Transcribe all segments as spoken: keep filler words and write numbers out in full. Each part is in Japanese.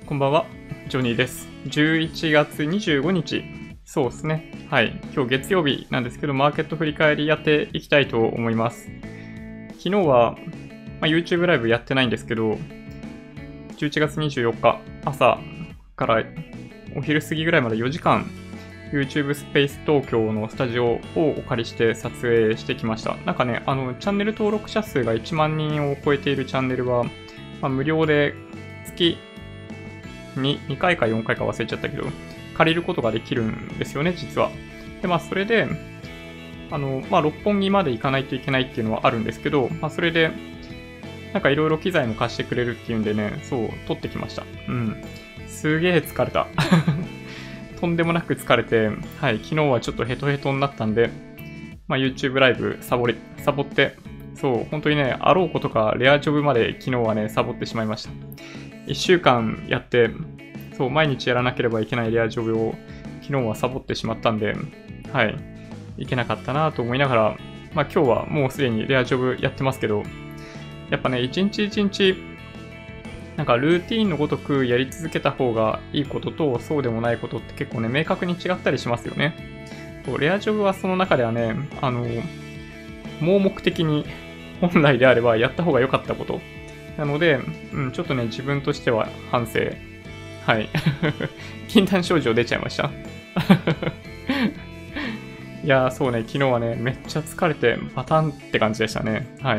こんばんは、ジョニーです。じゅういちがつにじゅうごにち、そうですね。はい、今日月曜日なんですけど、マーケット振り返りやっていきたいと思います。昨日は、まあ、YouTube ライブやってないんですけど、じゅういちがつにじゅうよっか、朝からお昼過ぎぐらいまでよじかん、YouTube スペース東京のスタジオをお借りして撮影してきました。なんかね、あの、チャンネル登録者数がいちまんにんを超えているチャンネルは、まあ、無料で月ににかいかよんかいか忘れちゃったけど、借りることができるんですよね、実は。で、まあ、それで、あの、まあ、六本木まで行かないといけないっていうのはあるんですけど、まあ、それで、なんかいろいろ機材も貸してくれるっていうんでね、そう、撮ってきました。うん。すげえ疲れた。とんでもなく疲れて、はい、昨日はちょっとヘトヘトになったんで、まあ、YouTube ライブサボり、サボって、そう、本当にね、あろうことかレアジョブまで昨日はね、サボってしまいました。いっしゅうかんやって、そう、毎日やらなければいけないレアジョブを昨日はサボってしまったんで、はい、いけなかったなと思いながら、まあ今日はもうすでにレアジョブやってますけど、やっぱね、一日一日、なんかルーティーンのごとくやり続けた方がいいことと、そうでもないことって結構ね、明確に違ったりしますよね。レアジョブはその中ではね、あの、盲目的に本来であればやった方が良かったこと。なので、うん、ちょっとね、自分としては反省。はい。禁断症状出ちゃいました。いやー、そうね、昨日はね、めっちゃ疲れて、パタンって感じでしたね。はい。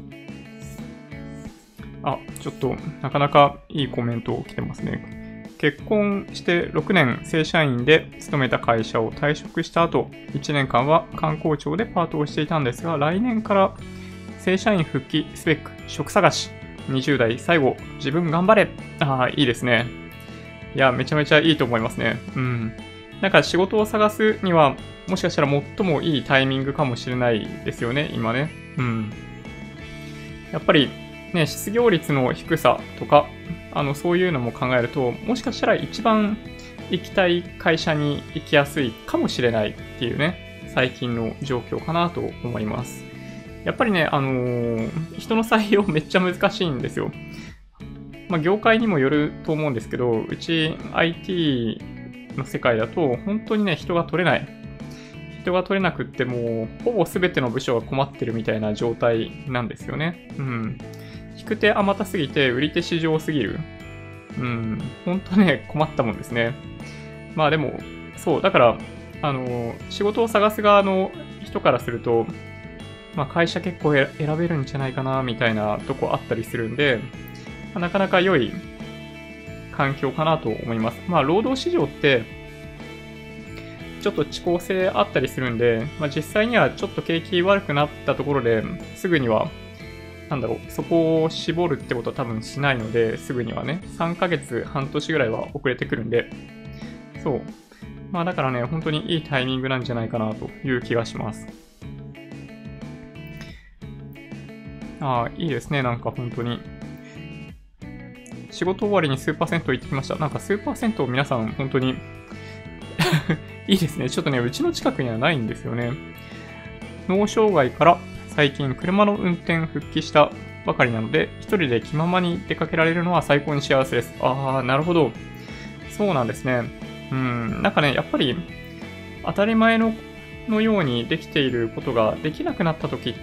あ、ちょっと、なかなかいいコメント来てますね。結婚してろくねん正社員で勤めた会社を退職した後、いちねんかんは観光庁でパートをしていたんですが、来年から正社員復帰すべく職探し。にじゅう代最後、自分頑張れ。ああ、いいですね。いや、めちゃめちゃいいと思いますね。うん。なんか仕事を探すには、もしかしたら最もいいタイミングかもしれないですよね、今ね。うん。やっぱり、ね、失業率の低さとか、あの、そういうのも考えると、もしかしたら一番行きたい会社に行きやすいかもしれないっていうね、最近の状況かなと思います。やっぱりね、あのー、人の採用めっちゃ難しいんですよ。まあ、業界にもよると思うんですけど、うち アイティー の世界だと、本当にね、人が取れない。人が取れなくってもう、ほぼ全ての部署が困ってるみたいな状態なんですよね。うん。引く手あまたすぎて、売り手市場すぎる。うん。本当ね、困ったもんですね。まあでも、そう、だから、あのー、仕事を探す側の人からすると、まあ、会社結構選べるんじゃないかなみたいなとこあったりするんで、まあ、なかなか良い環境かなと思います。まあ、労働市場ってちょっと遅効性あったりするんで、まあ、実際にはちょっと景気悪くなったところですぐにはなんだろう、そこを絞るってことは多分しないので、すぐにはね、さんかげつ、半年ぐらいは遅れてくるんで、そう。まあだからね、本当にいいタイミングなんじゃないかなという気がします。ああ、いいですね、なんか本当に。仕事終わりにスーパー銭湯行ってきました。なんかスーパー銭湯皆さん本当にいいですね。ちょっとね、うちの近くにはないんですよね。脳障害から最近車の運転復帰したばかりなので、一人で気ままに出かけられるのは最高に幸せです。ああ、なるほど。そうなんですね。うん、なんかね、やっぱり当たり前ののようにできていることができなくなった時って、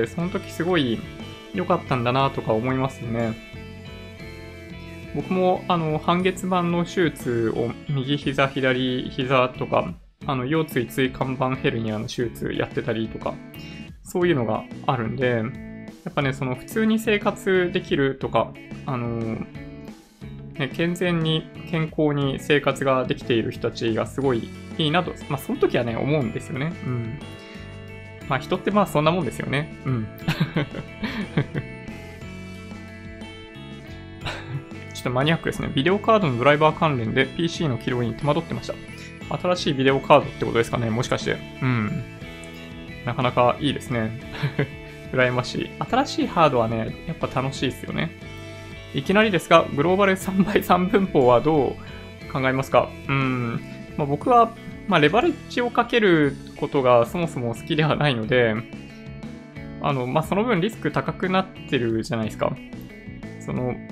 その時すごい良かったんだなとか思いますよね。僕もあの半月板の手術を右膝、左膝とか、あの腰椎椎間板ヘルニアの手術やってたりとか、そういうのがあるんで、やっぱね、その普通に生活できるとか、あのね、健全に健康に生活ができている人たちがすごいいいなと、まあその時はね、思うんですよね。うん。まあ人ってまあそんなもんですよね。うん。ちょっとマニアックですね。ビデオカードのドライバー関連で ピーシー の起動に手間取ってました。新しいビデオカードってことですかね、もしかして。うん。なかなかいいですね。羨ましい。新しいハードはね、やっぱ楽しいですよね。いきなりですが、グローバルさんばいさんぶん法はどう考えますか？うん。まあ、僕は、まあ、レバレッジをかけることがそもそも好きではないので、あの、まあ、その分リスク高くなってるじゃないですか。その、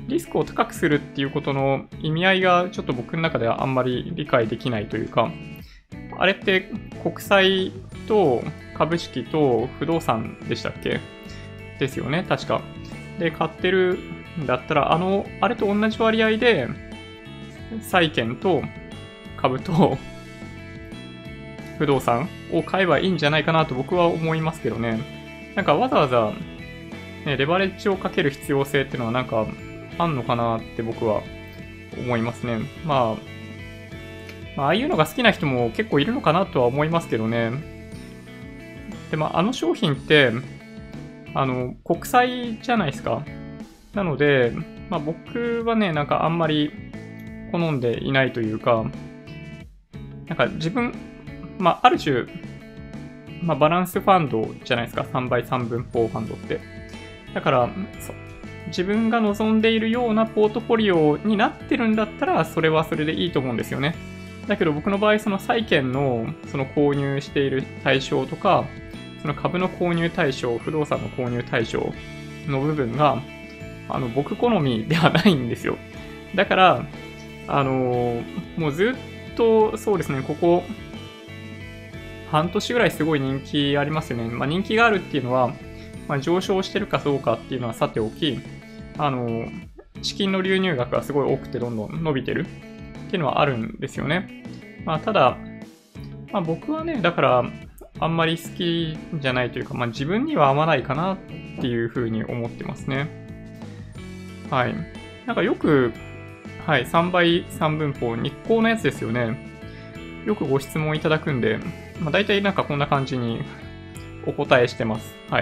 リスクを高くするっていうことの意味合いがちょっと僕の中ではあんまり理解できないというか、あれって国債と株式と不動産でしたっけですよね、確か。で、買ってるんだったら、あの、あれと同じ割合で、債券と株と不動産を買えばいいんじゃないかなと僕は思いますけどね。なんかわざわざ、ね、レバレッジをかける必要性っていうのはなんかあんのかなって僕は思いますね。まあ、まあああいうのが好きな人も結構いるのかなとは思いますけどね。で、まああの商品って、あの、国債じゃないですか。なので、まあ僕はね、なんかあんまり好んでいないというか、なんか自分、まあある種、まあバランスファンドじゃないですか。さんばいさんぶん法ファンドって。だから、自分が望んでいるようなポートフォリオになってるんだったら、それはそれでいいと思うんですよね。だけど僕の場合、その債券のその購入している対象とか、その株の購入対象、不動産の購入対象の部分が、あの、僕好みではないんですよ。だから、あのー、もうずっと、そうですね、ここ、半年ぐらいすごい人気ありますよね。まあ人気があるっていうのは、まあ、上昇してるかどうかっていうのはさておき、あの、資金の流入額がすごい多くてどんどん伸びてるっていうのはあるんですよね。まあ、ただ、まあ、僕はね、だから、あんまり好きじゃないというか、まあ、自分には合わないかなっていうふうに思ってますね。はい。なんかよく、はい、さんばいさんぶん法、日光のやつですよね。よくご質問いただくんで、まあ、大体なんかこんな感じにお答えしてます。はい。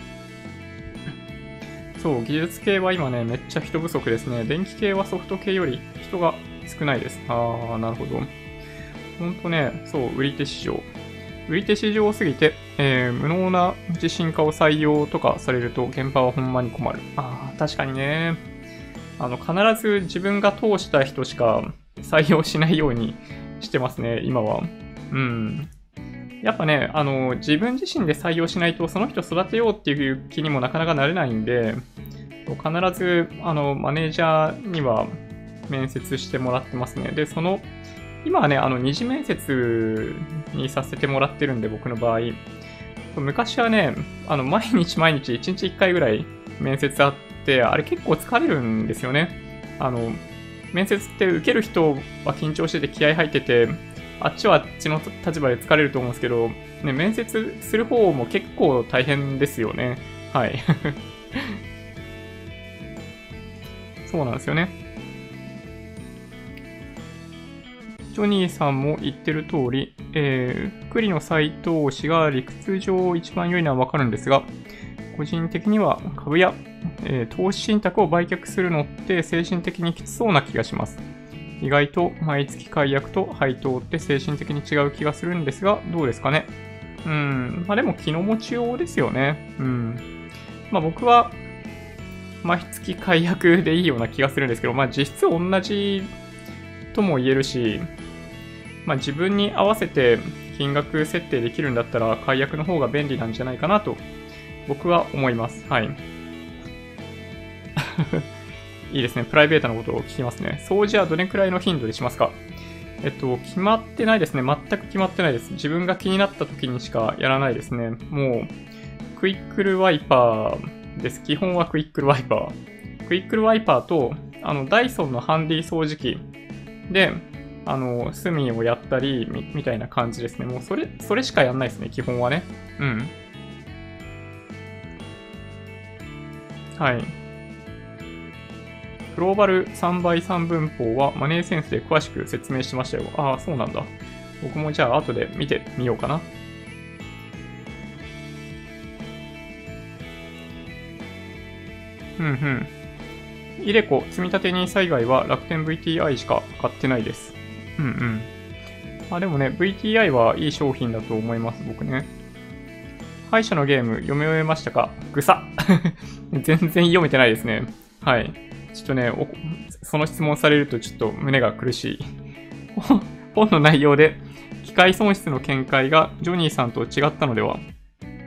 そう、技術系は今ね、めっちゃ人不足ですね。電気系はソフト系より人が少ないです。あー、なるほど。ほんとね、そう、売り手市場。売り手市場すぎて、えー、無能な自信家を採用とかされると現場はほんまに困る。あー、確かにね。あの、必ず自分が通した人しか採用しないようにしてますね、今は。うん。やっぱね、あの、自分自身で採用しないと、その人育てようっていう気にもなかなかなれないんで、必ず、あの、マネージャーには面接してもらってますね。で、その、今はね、あの、二次面接にさせてもらってるんで、僕の場合。昔はね、あの、毎日毎日いちにちいっかいぐらい面接あって、あれ結構疲れるんですよね。あの、面接って受ける人は緊張してて気合入ってて、あっちはあっちの立場で疲れると思うんですけど、ね、面接する方も結構大変ですよね。はい。そうなんですよね。ジョニーさんも言ってる通り、えー、栗の斉藤氏が理屈上一番良いのはわかるんですが、個人的には株や、えー、投資信託を売却するのって精神的にきつそうな気がします。意外と毎月解約と配当って精神的に違う気がするんですが、どうですかね。うん。まあでも気の持ちようですよね。うん。まあ僕は毎月解約でいいような気がするんですけど、まあ実質同じとも言えるし、まあ自分に合わせて金額設定できるんだったら解約の方が便利なんじゃないかなと僕は思います。はい。いいですね。プライベートなことを聞きますね。掃除はどれくらいの頻度でしますか？えっと、決まってないですね。全く決まってないです。自分が気になった時にしかやらないですね。もう、クイックルワイパーです。基本はクイックルワイパー。クイックルワイパーと、あの、ダイソンのハンディ掃除機で、あの、隅をやったりみ、みたいな感じですね。もうそれ、それしかやんないですね。基本はね。うん。はい。グローバルさんばいさんぶん法はマネーセンスで詳しく説明しましたよ。ああ、そうなんだ。僕もじゃあ後で見てみようかな。うんうん。イデコ、積立 ニーサ 以外は楽天 ブイティーアイ しか買ってないです。うんうん。あ、でもね、ブイティーアイ はいい商品だと思います、僕ね。歯医者のゲーム読み終えましたか？ぐさ全然読めてないですね。はい。ちょっとね、その質問されるとちょっと胸が苦しい。本の内容で機械損失の見解がジョニーさんと違ったのでは？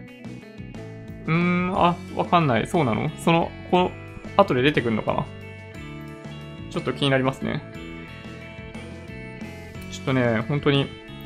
うーん、あ、わかんない。そうなの？その、この、後で出てくるのかな？ ちょっと気になりますね。ちょっとね、本当に、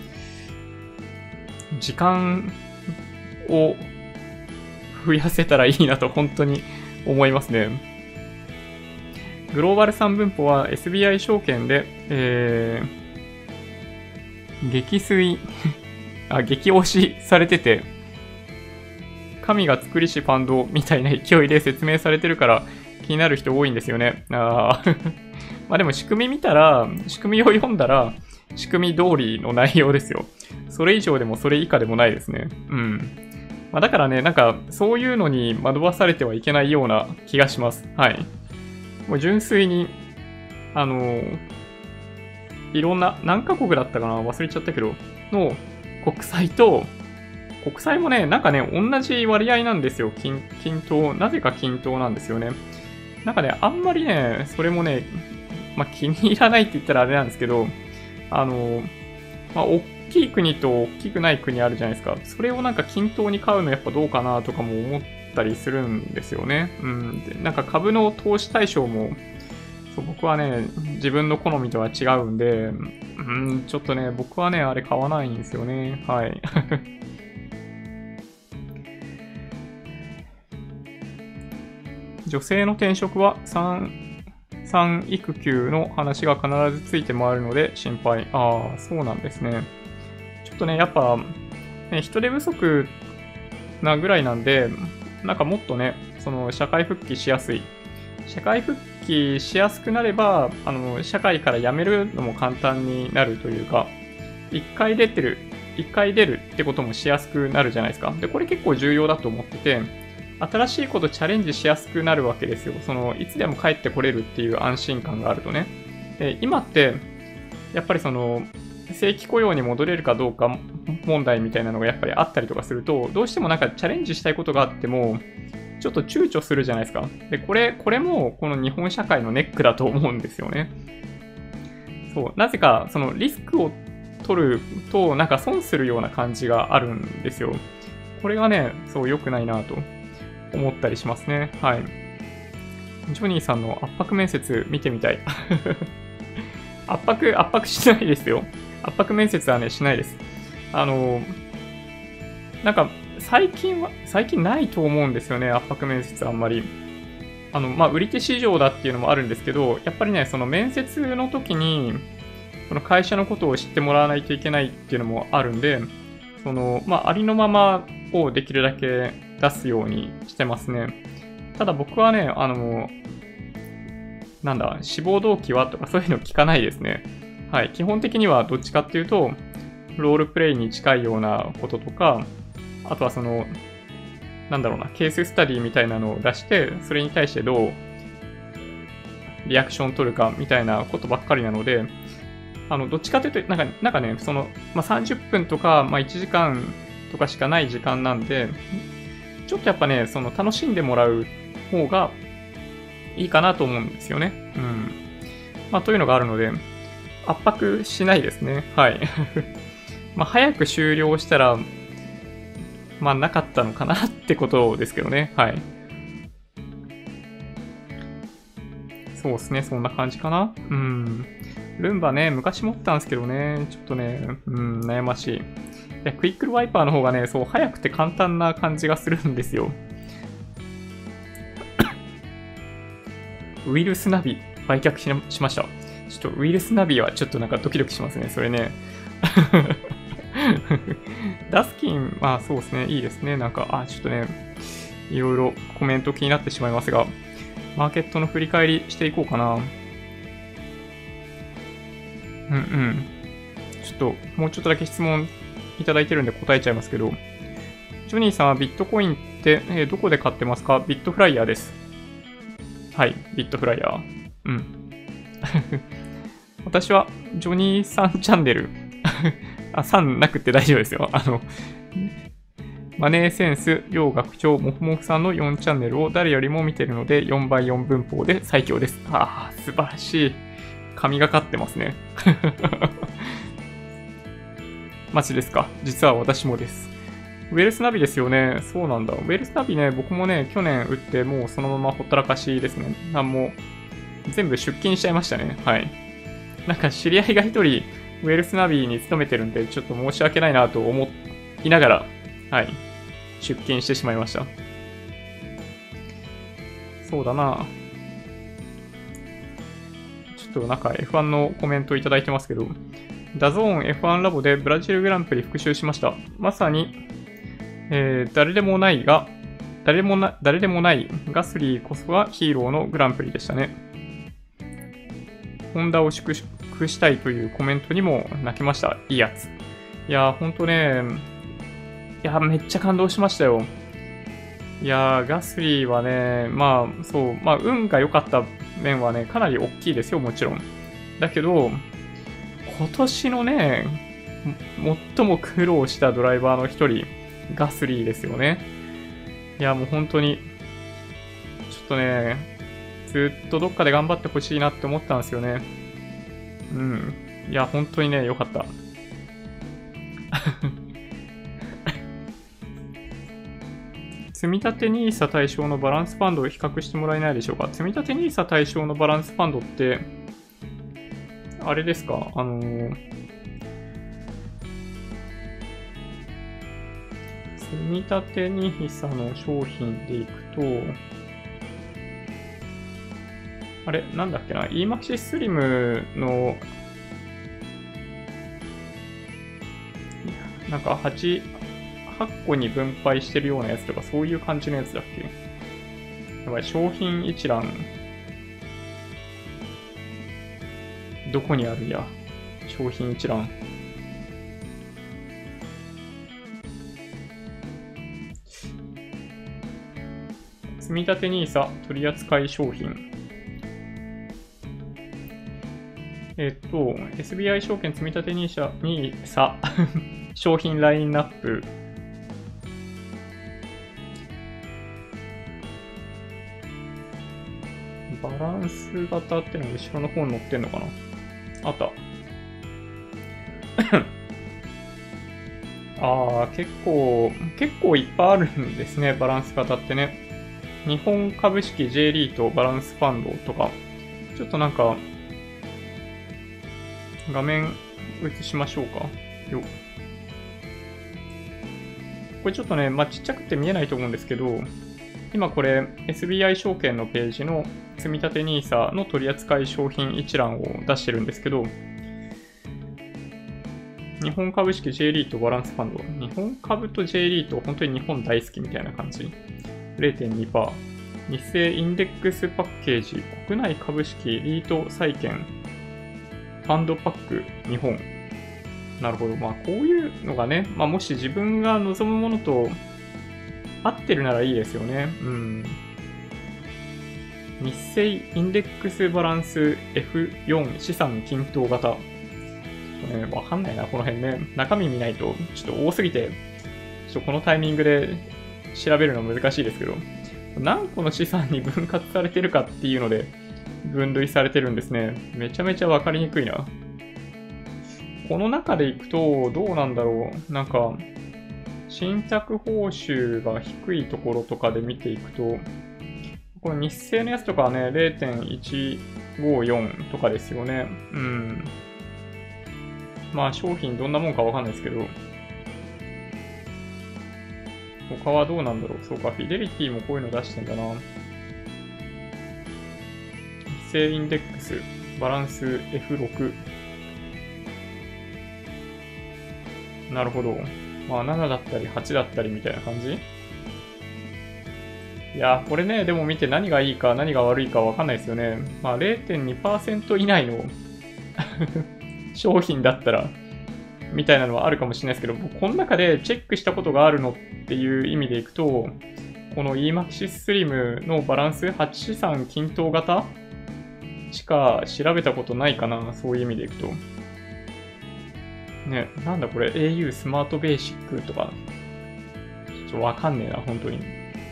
時間を増やせたらいいなと本当に思いますね。グローバルさんぶんぽは エスビーアイ 証券で、えー、激推あ、激推しされてて、神が作りしファンドみたいな勢いで説明されてるから気になる人多いんですよね。あまあでも仕組み見たら、仕組みを読んだら、仕組み通りの内容ですよ。それ以上でもそれ以下でもないですね。うん。まあ、だからね、なんかそういうのに惑わされてはいけないような気がします。はい。もう純粋に、あのー、いろんな、何カ国だったかな忘れちゃったけど、の国債と、国債もね、なんかね、同じ割合なんですよ。均、均等。なぜか均等なんですよね。なんかね、あんまりね、それもね、まあ、気に入らないって言ったらあれなんですけど、あの、まあ、大きい国と大きくない国あるじゃないですか。それをなんか均等に買うのやっぱどうかなとかも思ったりするんですよね。うん。で、なんか株の投資対象も、そう僕はね、自分の好みとは違うんで、うん、ちょっとね、僕はね、あれ買わないんですよね。はい。女性の転職は産、産育休の話が必ずついて回るので心配。ああ、そうなんですね。ちょっとね、やっぱ、ね、人手不足なぐらいなんで、なんかもっとね、その社会復帰しやすい。社会復帰しやすくなれば、あの、社会から辞めるのも簡単になるというか、一回出てる、一回出るってこともしやすくなるじゃないですか。で、これ結構重要だと思ってて、新しいことチャレンジしやすくなるわけですよ。その、いつでも帰ってこれるっていう安心感があるとね。で、今って、やっぱりその、正規雇用に戻れるかどうか問題みたいなのがやっぱりあったりとかすると、どうしてもなんかチャレンジしたいことがあっても、ちょっと躊躇するじゃないですか。で、これ、これもこの日本社会のネックだと思うんですよね。そう、なぜかそのリスクを取るとなんか損するような感じがあるんですよ。これがね、そう良くないなと思ったりしますね。はい。ジョニーさんの圧迫面接見てみたい。圧迫、圧迫しないですよ。圧迫面接はね、しないです。あの、なんか、最近は、最近ないと思うんですよね、圧迫面接あんまり。あの、まあ、売り手市場だっていうのもあるんですけど、やっぱりね、その面接の時に、その会社のことを知ってもらわないといけないっていうのもあるんで、その、まあ、ありのままをできるだけ出すようにしてますね。ただ僕はね、あの、なんだ、志望動機はとかそういうの聞かないですね。はい。基本的にはどっちかっていうと、ロールプレイに近いようなこととか、あとはその、なんだろうな、ケーススタディみたいなのを出して、それに対してどうリアクション取るかみたいなことばっかりなので、あの、どっちかというと、なんか、なんかね、その、まあ、さんじゅっぷんとか、まあ、いちじかんとかしかない時間なんで、ちょっとやっぱね、その、楽しんでもらう方がいいかなと思うんですよね。うん。まあ、というのがあるので、圧迫しないですね。はい。まあ、早く終了したら、まあ、なかったのかなってことですけどね。はい。そうですね。そんな感じかな。うん。ルンバね、昔持ったんですけどね、ちょっとね、うん、悩ましい。いや、クイックルワイパーの方がね、そう、早くて簡単な感じがするんですよ。ウイルスナビ、売却しました。ちょっとウイルスナビはちょっとなんかドキドキしますね、それね。ダスキン、まあそうですね、いいですね。なんか、あ、ちょっとね、いろいろコメント気になってしまいますが、マーケットの振り返りしていこうかな。うんうん。ちょっと、もうちょっとだけ質問いただいてるんで答えちゃいますけど、ジョニーさんはビットコインって、えー、どこで買ってますか？ビットフライヤーです。はい、ビットフライヤー。うん。私は、ジョニーさんチャンネル。あ、さんなくて大丈夫ですよ。あの、マネーセンス、両学長、もふもふさんのよんチャンネルを誰よりも見てるので、よんばいよん文法で最強です。ああ、素晴らしい。神がかってますね。マジですか？実は私もです。ウェルスナビですよね。そうなんだ。ウェルスナビね、僕もね、去年打って、もうそのままほったらかしですね。なんも全部出勤しちゃいましたね。はい。なんか知り合いが一人、ウェルスナビに勤めてるんで、ちょっと申し訳ないなと思いながら、はい。出勤してしまいました。そうだな。ちょっとなんか エフワン のコメントいただいてますけど、ダゾーン エフワン ラボでブラジルグランプリ復習しました。まさに、えー、誰でもないが、誰もな、誰でもないガスリーこそがヒーローのグランプリでしたね。ホンダを祝福したいというコメントにも泣きました。いいやつ。いやー、ほんとね、いやー、めっちゃ感動しましたよ。いやー、ガスリーはね、まあ、そう、まあ、運が良かった面はね、かなり大きいですよ、もちろん。だけど、今年のね、最も苦労したドライバーの一人、ガスリーですよね。いや、もう本当に、ちょっとね、ずっとどっかで頑張ってほしいなって思ったんですよね。うん。いや、本当にね、良かった。積み立て ニーサ 対象のバランスファンドを比較してもらえないでしょうか。積み立て ニーサ 対象のバランスファンドって、あれですか、あのー、積み立て ニーサ の商品でいくと、あれ、なんだっけな、イーマキシスリムの、なんかはち、はっこに分配してるようなやつとか、そういう感じのやつだっけ。やばい、商品一覧。どこにあるや、商品一覧。積み立て ニーサ 取扱商品。えっと、エスビーアイ 証券積み立て ニーサ 商品ラインナップ。バランス型ってのが後ろの方に載ってんのかな。あった。ああ、結構、結構いっぱいあるんですね、バランス型ってね。日本株式 J リートバランスファンドとか。ちょっとなんか、画面映しましょうか。よ。これちょっとね、まあ、ちっちゃくて見えないと思うんですけど、今これ エスビーアイ 証券のページの積み立て ニーサ の取扱商品一覧を出してるんですけど、日本株式 J リートバランスファンド。日本株と J リート、本当に日本大好きみたいな感じ。れいてんにパーセント。日清インデックスパッケージ、国内株式リート債券、ファンドパック日本。なるほど。まあ、こういうのがね、まあ、もし自分が望むものと合ってるならいいですよね。うん。日清インデックスバランス エフよん 資産均等型。ちょっとね、わかんないな、この辺ね。中身見ないと、ちょっと多すぎて、ちょっとこのタイミングで調べるの難しいですけど、何個の資産に分割されてるかっていうので、分類されてるんですね。めちゃめちゃわかりにくいな。この中でいくと、どうなんだろう。なんか、信託報酬が低いところとかで見ていくと、この日清のやつとかはね、れいてんいちごよん とかですよね。うん。まあ商品どんなもんかわかんないですけど、他はどうなんだろう。そうか、フィデリティもこういうの出してんだな。日清インデックス、バランス エフろく。なるほど。まあななだったりはちだったりみたいな感じ。いやー、これね、でも見て何がいいか何が悪いかわかんないですよね。まあ れいてんにパーセント 以内の商品だったら、みたいなのはあるかもしれないですけど、この中でチェックしたことがあるのっていう意味でいくと、この イーマキシス スリムのバランスはち資産均等型しか調べたことないかな、そういう意味でいくと。ね、なんだこれ、エーユー スマートベーシックとか、ちょっとわかんねえな、本当に。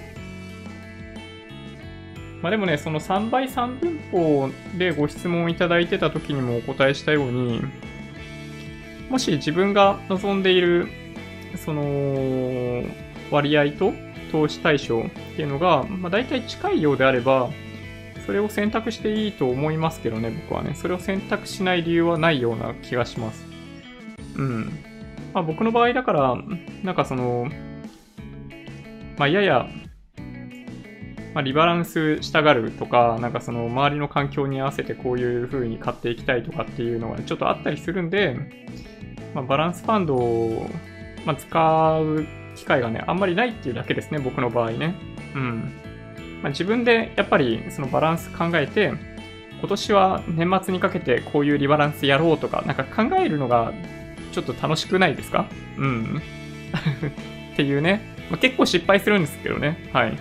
まあでもね、そのさんばいさんぶん法でご質問いただいてた時にもお答えしたように、もし自分が望んでいる、その、割合と投資対象っていうのが、まあ大体近いようであれば、そそれを選択していいと思いますけどね、僕はね。それを選択しない理由はないような気がします。うん。まあ僕の場合だから、なんかその、まあやや、まあ、リバランスしたがるとか、なんかその周りの環境に合わせてこういう風に買っていきたいとかっていうのがちょっとあったりするんで、まあ、バランスファンドを、まあ、使う機会がね、あんまりないっていうだけですね、僕の場合ね。うん。まあ、自分でやっぱりそのバランス考えて、今年は年末にかけてこういうリバランスやろうとか、なんか考えるのがちょっと楽しくないですか？うん。っていうね。まあ、結構失敗するんですけどね。はい。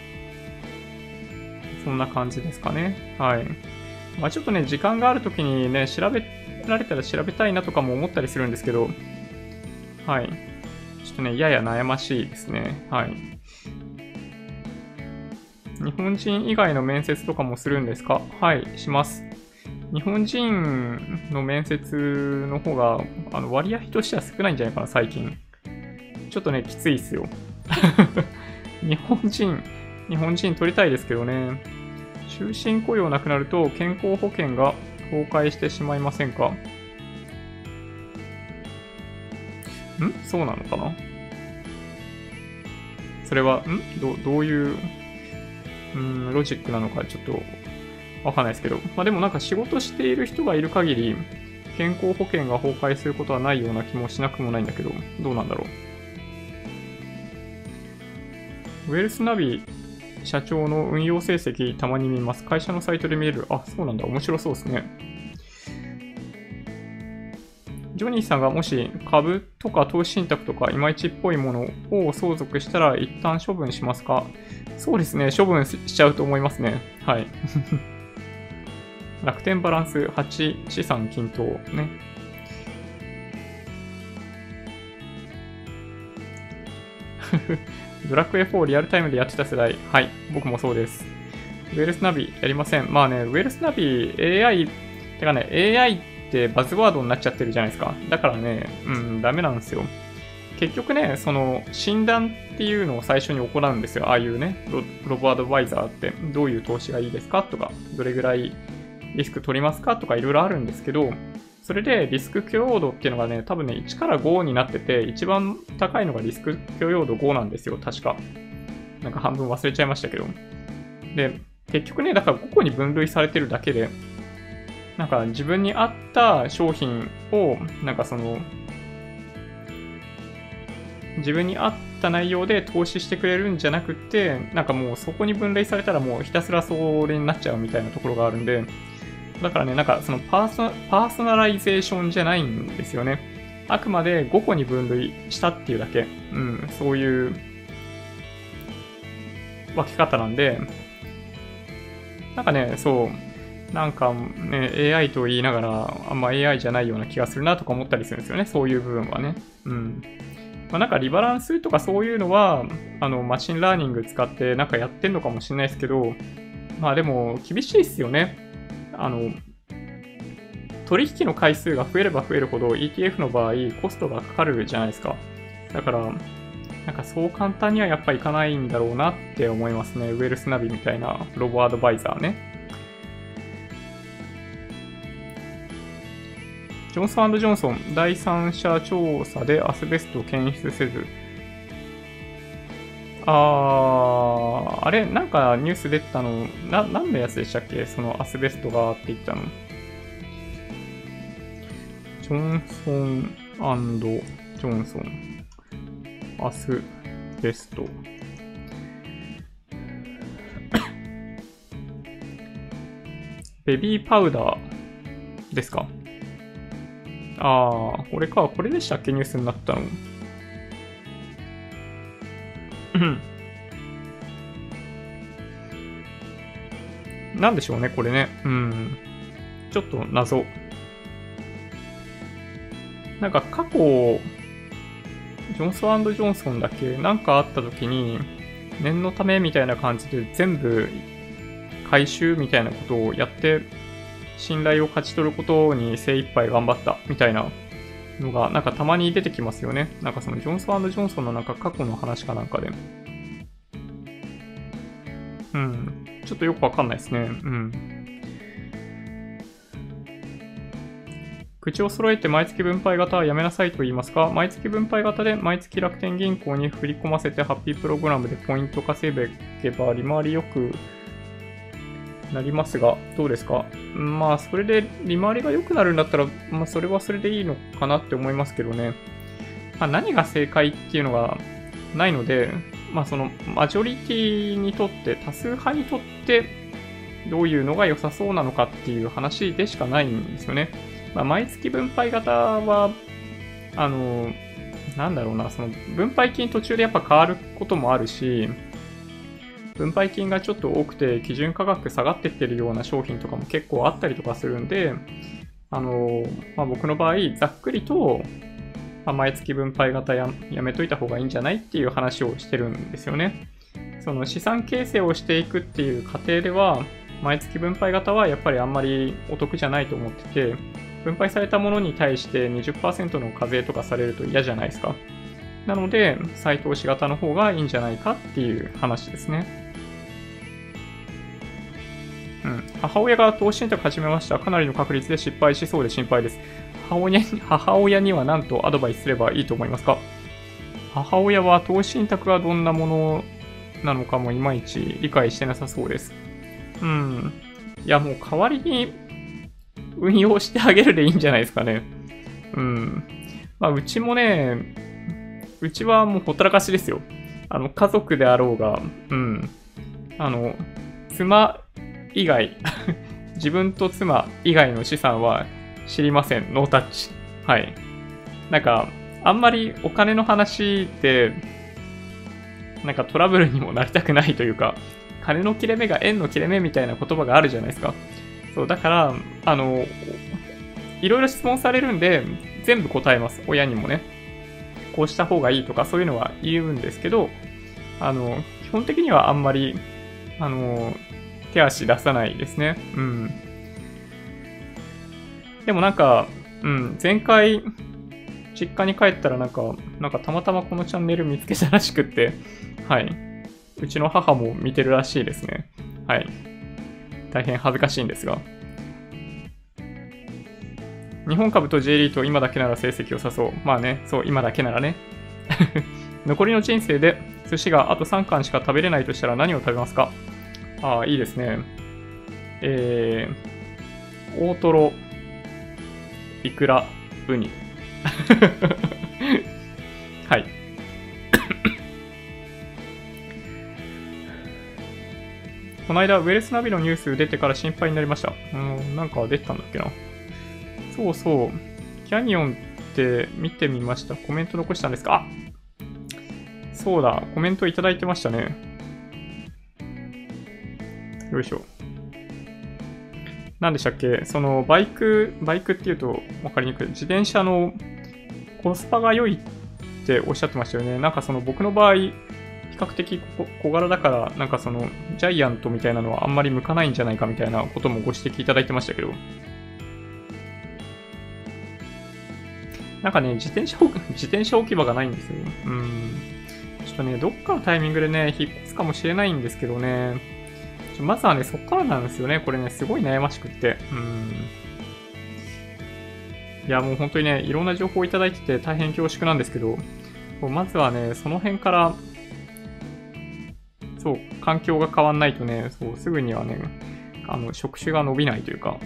そんな感じですかね。はい。まあちょっとね、時間があるときにね、調べられたら調べたいなとかも思ったりするんですけど、はい。ちょっとね、やや悩ましいですね。はい。日本人以外の面接とかもするんですか？はい、します。日本人の面接の方が、あの割合としては少ないんじゃないかな、最近。ちょっとね、きついっすよ。日本人、日本人取りたいですけどね。終身雇用なくなると健康保険が崩壊してしまいませんか？ん？そうなのかな？それは、んど、どういう、うん、ロジックなのかちょっとわかんないですけど。まあでもなんか仕事している人がいる限り、健康保険が崩壊することはないような気もしなくもないんだけど、どうなんだろう。ウェルスナビ社長の運用成績たまに見ます。会社のサイトで見れる。あ、そうなんだ。面白そうですね。ジョニーさんがもし株とか投資信託とかいまいちっぽいものを相続したら一旦処分しますか？そうですね。処分しちゃうと思いますね。はい。楽天バランスはち資産均等ね。ドラクエフォーリアルタイムでやってた世代。はい。僕もそうです。ウェルスナビやりません。まあね、ウェルスナビ エーアイ、てかね、エーアイ ってバズワードになっちゃってるじゃないですか。だからね、うん、ダメなんですよ。結局ね、その診断っていうのを最初に行うんですよ。ああいうね、ロ, ロボアドバイザーってどういう投資がいいですかとか、どれぐらいリスク取りますかとかいろいろあるんですけど、それでリスク許容度っていうのがね、多分ね、いちからごになってて、一番高いのがリスク許容度ごなんですよ、確か。なんか半分忘れちゃいましたけど。で、結局ね、だからごこに分類されてるだけで、なんか自分に合った商品を、なんかその、自分に合った内容で投資してくれるんじゃなくて、なんかもうそこに分類されたらもうひたすらそれになっちゃうみたいなところがあるんで、だからね、なんかそのパーソ、パーソナライゼーションじゃないんですよね。あくまでごこに分類したっていうだけ。うん、そういう分け方なんで、なんかね、そう、なんかね、エーアイ と言いながら、あんま エーアイ じゃないような気がするなとか思ったりするんですよね。そういう部分はね。うん。まあ、なんかリバランスとかそういうのは、あの、マシンラーニング使ってなんかやってんのかもしれないですけど、まあでも厳しいっすよね。あの、取引の回数が増えれば増えるほど イーティーエフ の場合コストがかかるじゃないですか。だから、なんかそう簡単にはやっぱいかないんだろうなって思いますね。ウェルスナビみたいなロボアドバイザーね。ジョンソン&ジョンソン、第三者調査でアスベストを検出せず。あー、あれ、なんかニュース出てたの、な、何のやつでしたっけ？そのアスベストがって言ったの。ジョンソン&ジョンソン、アスベスト。ベビーパウダーですか？ああ、これか。これでしたっけニュースになったの。なんでしょうね、これね。うん。ちょっと謎。なんか過去、ジョンソン&ジョンソンだけなんかあった時に、念のためみたいな感じで全部回収みたいなことをやって、信頼を勝ち取ることに精一杯頑張ったみたいなのがなんかたまに出てきますよね。なんかそのジョンソン&ジョンソンのなんか過去の話かなんかで。うん。 ちょっとよくわかんないですね。うん。口を揃えて毎月分配型はやめなさいと言いますか？毎月分配型で毎月楽天銀行に振り込ませてハッピープログラムでポイント稼げば利回りよくなりますが、どうですか？まあ、それで利回りが良くなるんだったら、まあ、それはそれでいいのかなって思いますけどね。まあ、何が正解っていうのがないので、まあ、そのマジョリティにとって、多数派にとって、どういうのが良さそうなのかっていう話でしかないんですよね。まあ、毎月分配型は、あの、なんだろうな、その分配金途中でやっぱ変わることもあるし、分配金がちょっと多くて基準価格下がってってるような商品とかも結構あったりとかするんで、あの、まあ、僕の場合、ざっくりと、まあ、毎月分配型 や, やめといた方がいいんじゃないっていう話をしてるんですよね。その資産形成をしていくっていう過程では、毎月分配型はやっぱりあんまりお得じゃないと思ってて、分配されたものに対して にじゅっパーセント の課税とかされると嫌じゃないですか。なので、再投資型の方がいいんじゃないかっていう話ですね。うん、母親が投資信託始めました。かなりの確率で失敗しそうで心配です。母親に、母親には何とアドバイスすればいいと思いますか？母親は投資信託がどんなものなのかもいまいち理解してなさそうです。うん。いや、もう代わりに運用してあげるでいいんじゃないですかね。うん。まあ、うちもね、うちはもうほったらかしですよ。あの、家族であろうが、うん。あの、妻以外、自分と妻以外の資産は知りません。ノータッチ。はい。なんか、あんまりお金の話で、なんかトラブルにもなりたくないというか、金の切れ目が円の切れ目みたいな言葉があるじゃないですか。そう、だから、あの、いろいろ質問されるんで、全部答えます。親にもね。こうした方がいいとか、そういうのは言うんですけど、あの、基本的にはあんまり、あの、手足出さないですね。うん。でもなんか、うん、前回、実家に帰ったらなんか、なんかたまたまこのチャンネル見つけたらしくって、はい。うちの母も見てるらしいですね。はい。大変恥ずかしいんですが。日本株と ジェー リート今だけなら成績良さそう。まあね、そう、今だけならね。残りの人生で寿司があとさん貫しか食べれないとしたら何を食べますか？ああ、いいですね。えー、大トロ、イクラ、ウニ。はい。この間、ウェルスナビのニュース出てから心配になりました。うん、なんか出てたんだっけな。そうそう。キャニオンって見てみました。コメント残したんですか？あ、そうだ。コメントいただいてましたね。よいしょ。何でしたっけ？そのバイク、バイクっていうと分かりにくい。自転車のコスパが良いっておっしゃってましたよね。なんかその僕の場合、比較的小柄だから、なんかそのジャイアントみたいなのはあんまり向かないんじゃないかみたいなこともご指摘いただいてましたけど。なんかね、自転車、自転車置き場がないんですよ。うん。ちょっとね、どっかのタイミングでね、引っ越すかもしれないんですけどね。まずはね、そっからなんですよね。これね、すごい悩ましくって。うん。いや、もう本当にね、いろんな情報をいただいてて大変恐縮なんですけど、まずはね、その辺から、そう、環境が変わんないとね、そう、すぐにはね、あの、触手が伸びないというか、うん、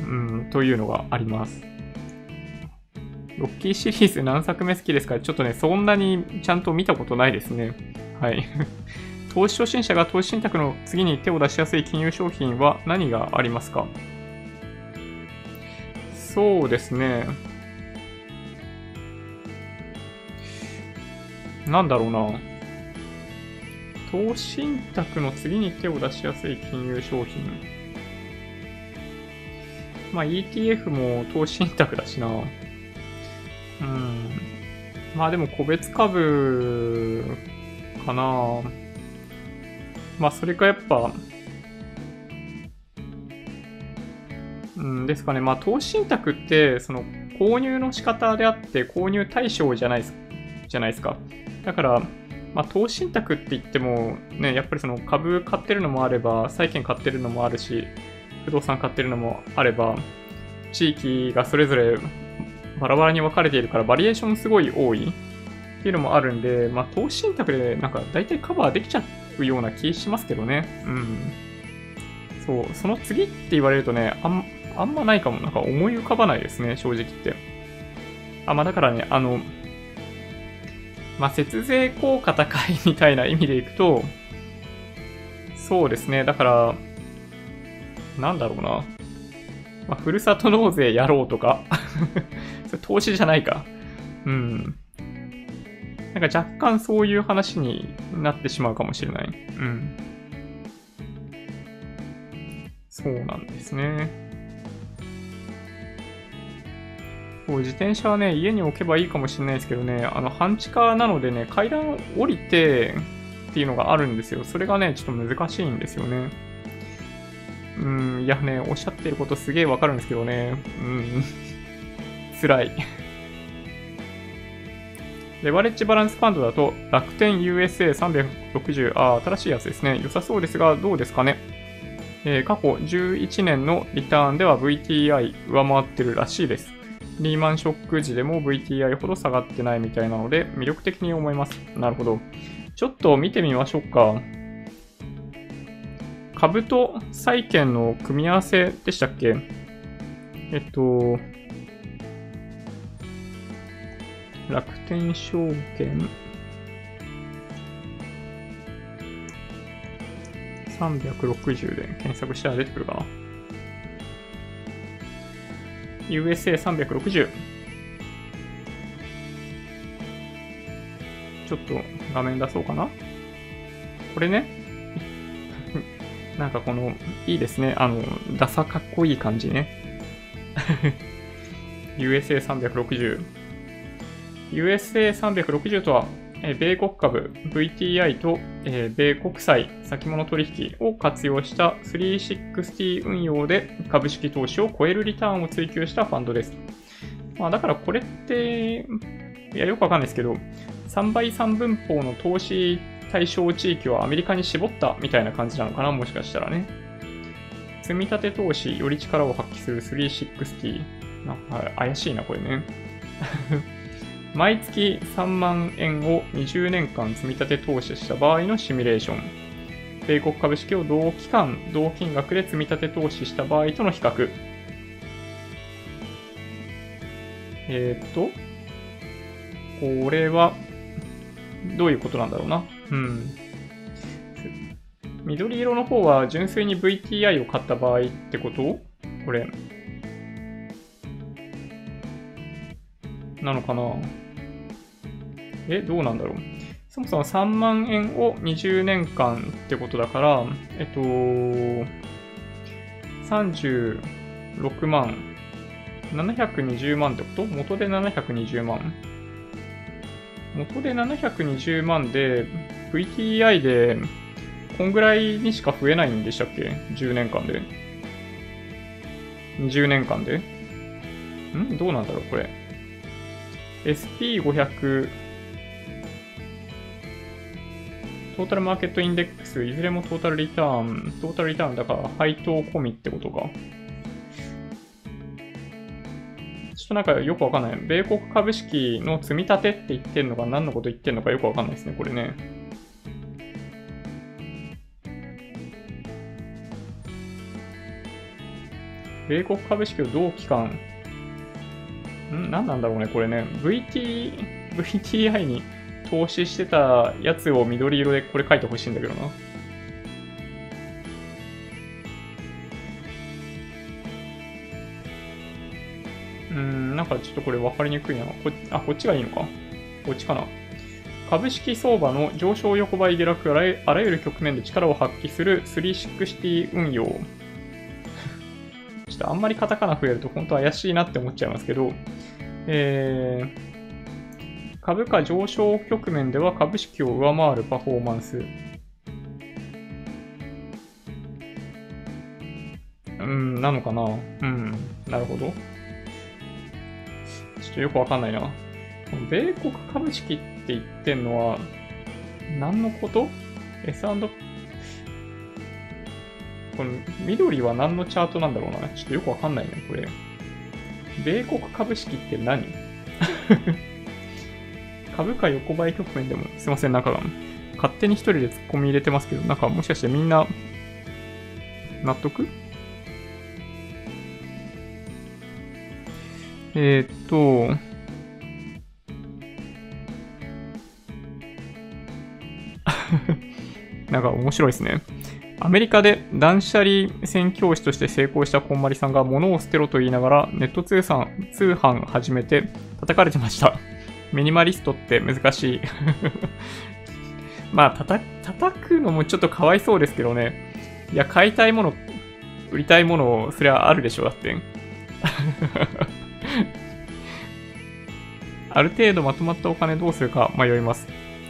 というのがあります。ロッキーシリーズ何作目好きですか？ちょっとね、そんなにちゃんと見たことないですね。はい。投資初心者が投資信託の次に手を出しやすい金融商品は何がありますか？そうですね。なんだろうな。投資信託の次に手を出しやすい金融商品。まあ イーティーエフ も投資信託だしな。うん。まあでも個別株かな。まあそれかやっぱ、うんですかね。まあ投資信託ってその購入の仕方であって購入対象じゃないですじゃないですか。だからまあ、投資信託って言っても、ね、やっぱりその株買ってるのもあれば、債券買ってるのもあるし、不動産買ってるのもあれば、地域がそれぞれバラバラに分かれているから、バリエーションすごい多いっていうのもあるんで、まあ、投資信託でなんか大体カバーできちゃうような気しますけどね。うん。そう、その次って言われるとね、あん、あんまないかも。なんか思い浮かばないですね、正直言って。あ、まあだからね、あの、まあ、節税効果高いみたいな意味でいくと、そうですね、だから、なんだろうな。まあ、ふるさと納税やろうとか。それ投資じゃないか。うん。なんか若干そういう話になってしまうかもしれない。うん。そうなんですね。自転車はね、家に置けばいいかもしれないですけどね、あの、半地下なのでね、階段降りてっていうのがあるんですよ。それがね、ちょっと難しいんですよね。うん、いやね、おっしゃってることすげえわかるんですけどね。うん、辛い。レバレッジバランスファンドだと、楽天 ユーエスエーさんびゃくろくじゅう、あ、新しいやつですね。良さそうですが、どうですかね。えー、過去じゅういちねんのリターンでは ブイティーアイ 上回ってるらしいです。リーマンショック時でも ブイティーアイ ほど下がってないみたいなので、魅力的に思います。なるほど。ちょっと見てみましょうか。株と債券の組み合わせでしたっけ？えっと、楽天証券さんびゃくろくじゅうで検索したら出てくるかな。ユーエスエーさんびゃくろくじゅう。ちょっと画面出そうかな。これね。なんかこの、いいですね。あの、ダサかっこいい感じね。ユーエスエーさんびゃくろくじゅう。ユーエスエーさんびゃくろくじゅう とは、米国株 ブイティーアイ と米国債先物取引を活用したさんびゃくろくじゅう運用で株式投資を超えるリターンを追求したファンドです。まあだからこれって、いやよくわかんないですけど、さんばいさんぶん法の投資対象地域をアメリカに絞ったみたいな感じなのかな、もしかしたらね。積み立て投資より力を発揮するさんびゃくろくじゅう。なんか怪しいな、これね。毎月さんまんえんをにじゅうねんかん積み立て投資した場合のシミュレーション。米国株式を同期間、同金額で積み立て投資した場合との比較。えー、っと、これは、どういうことなんだろうな。うん。緑色の方は純粋に ブイティーアイ を買った場合ってことこれ。なのかな。え、どうなんだろう。そもそもさんまんえんをにじゅうねんかんってことだから、えっと、さんじゅうろくまん、ななひゃくにじゅうまんってこと？元でななひゃくにじゅうまん。元でななひゃくにじゅうまんで、ブイティーアイ で、こんぐらいにしか増えないんでしたっけ ?じゅうねんかんで。にじゅうねんかんで。んどうなんだろうこれ。エスピーごひゃく、トータルマーケットインデックス、いずれもトータルリターン、トータルリターンだから配当込みってことか。ちょっとなんかよくわかんない。米国株式の積み立てって言ってんのか何のこと言ってんのかよくわかんないですね、これね。米国株式を同期間、ん何なんだろうね、これね。ブイティー、ブイティーアイ に投資してたやつを緑色でこれ書いてほしいんだけどな。うーん、なんかちょっとこれ分かりにくいな。こあ、こっちがいいのか。こっちかな。株式相場の上昇横ばい下落あらゆあらゆる局面で力を発揮するさんびゃくろくじゅう運用。ちょっとあんまりカタカナ増えると本当怪しいなって思っちゃいますけど、えー、株価上昇局面では株式を上回るパフォーマンス。うん、なのかな。うん、なるほど。ちょっとよくわかんないな。米国株式って言ってんのは、 何のこと？ S& この緑は何のチャートなんだろうな。ちょっとよくわかんないね、これ。米国株式って何？株価横ばい局面でも、すいません、なんか勝手に一人で突っ込み入れてますけど、なんかもしかしてみんな納得？えー、っと、なんか面白いですね。アメリカで断捨離宣教師として成功したこんまりさんが物を捨てろと言いながらネット通販、通販始めて叩かれてました。ミニマリストって難しい。まあ、たた、叩くのもちょっとかわいそうですけどね。いや、買いたいもの、売りたいもの、それはあるでしょ、だって。ある程度まとまったお金どうするか迷います。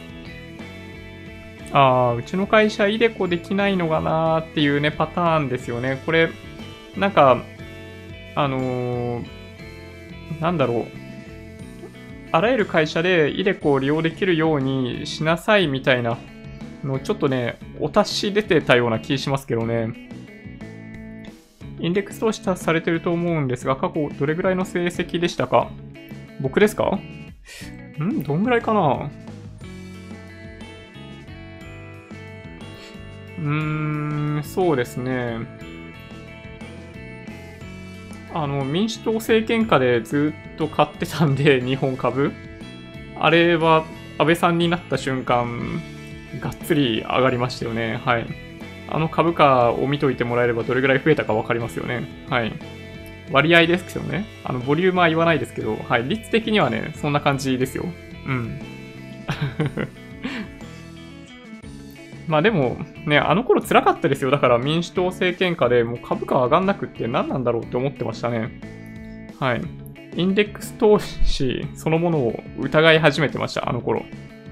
ああ、うちの会社、イデコできないのかなーっていうね、パターンですよね。これ、なんか、あのー、なんだろう。あらゆる会社でイデコを利用できるようにしなさいみたいなの、ちょっとね、お達し出てたような気しますけどね。インデックス投資されてると思うんですが、過去どれぐらいの成績でしたか？僕ですか？んどんぐらいかな？うーん、そうですね。あの、民主党政権下でずっと買ってたんで、日本株。あれは、安倍さんになった瞬間、がっつり上がりましたよね。はい。あの株価を見といてもらえればどれぐらい増えたかわかりますよね。はい。割合ですけどね。あの、ボリュームは言わないですけど、はい。率的にはね、そんな感じですよ。うん。まあでも、ね、あの頃辛かったですよ。だから民主党政権下でもう株価上がんなくって何なんだろうって思ってましたね。はい。インデックス投資そのものを疑い始めてました、あの頃。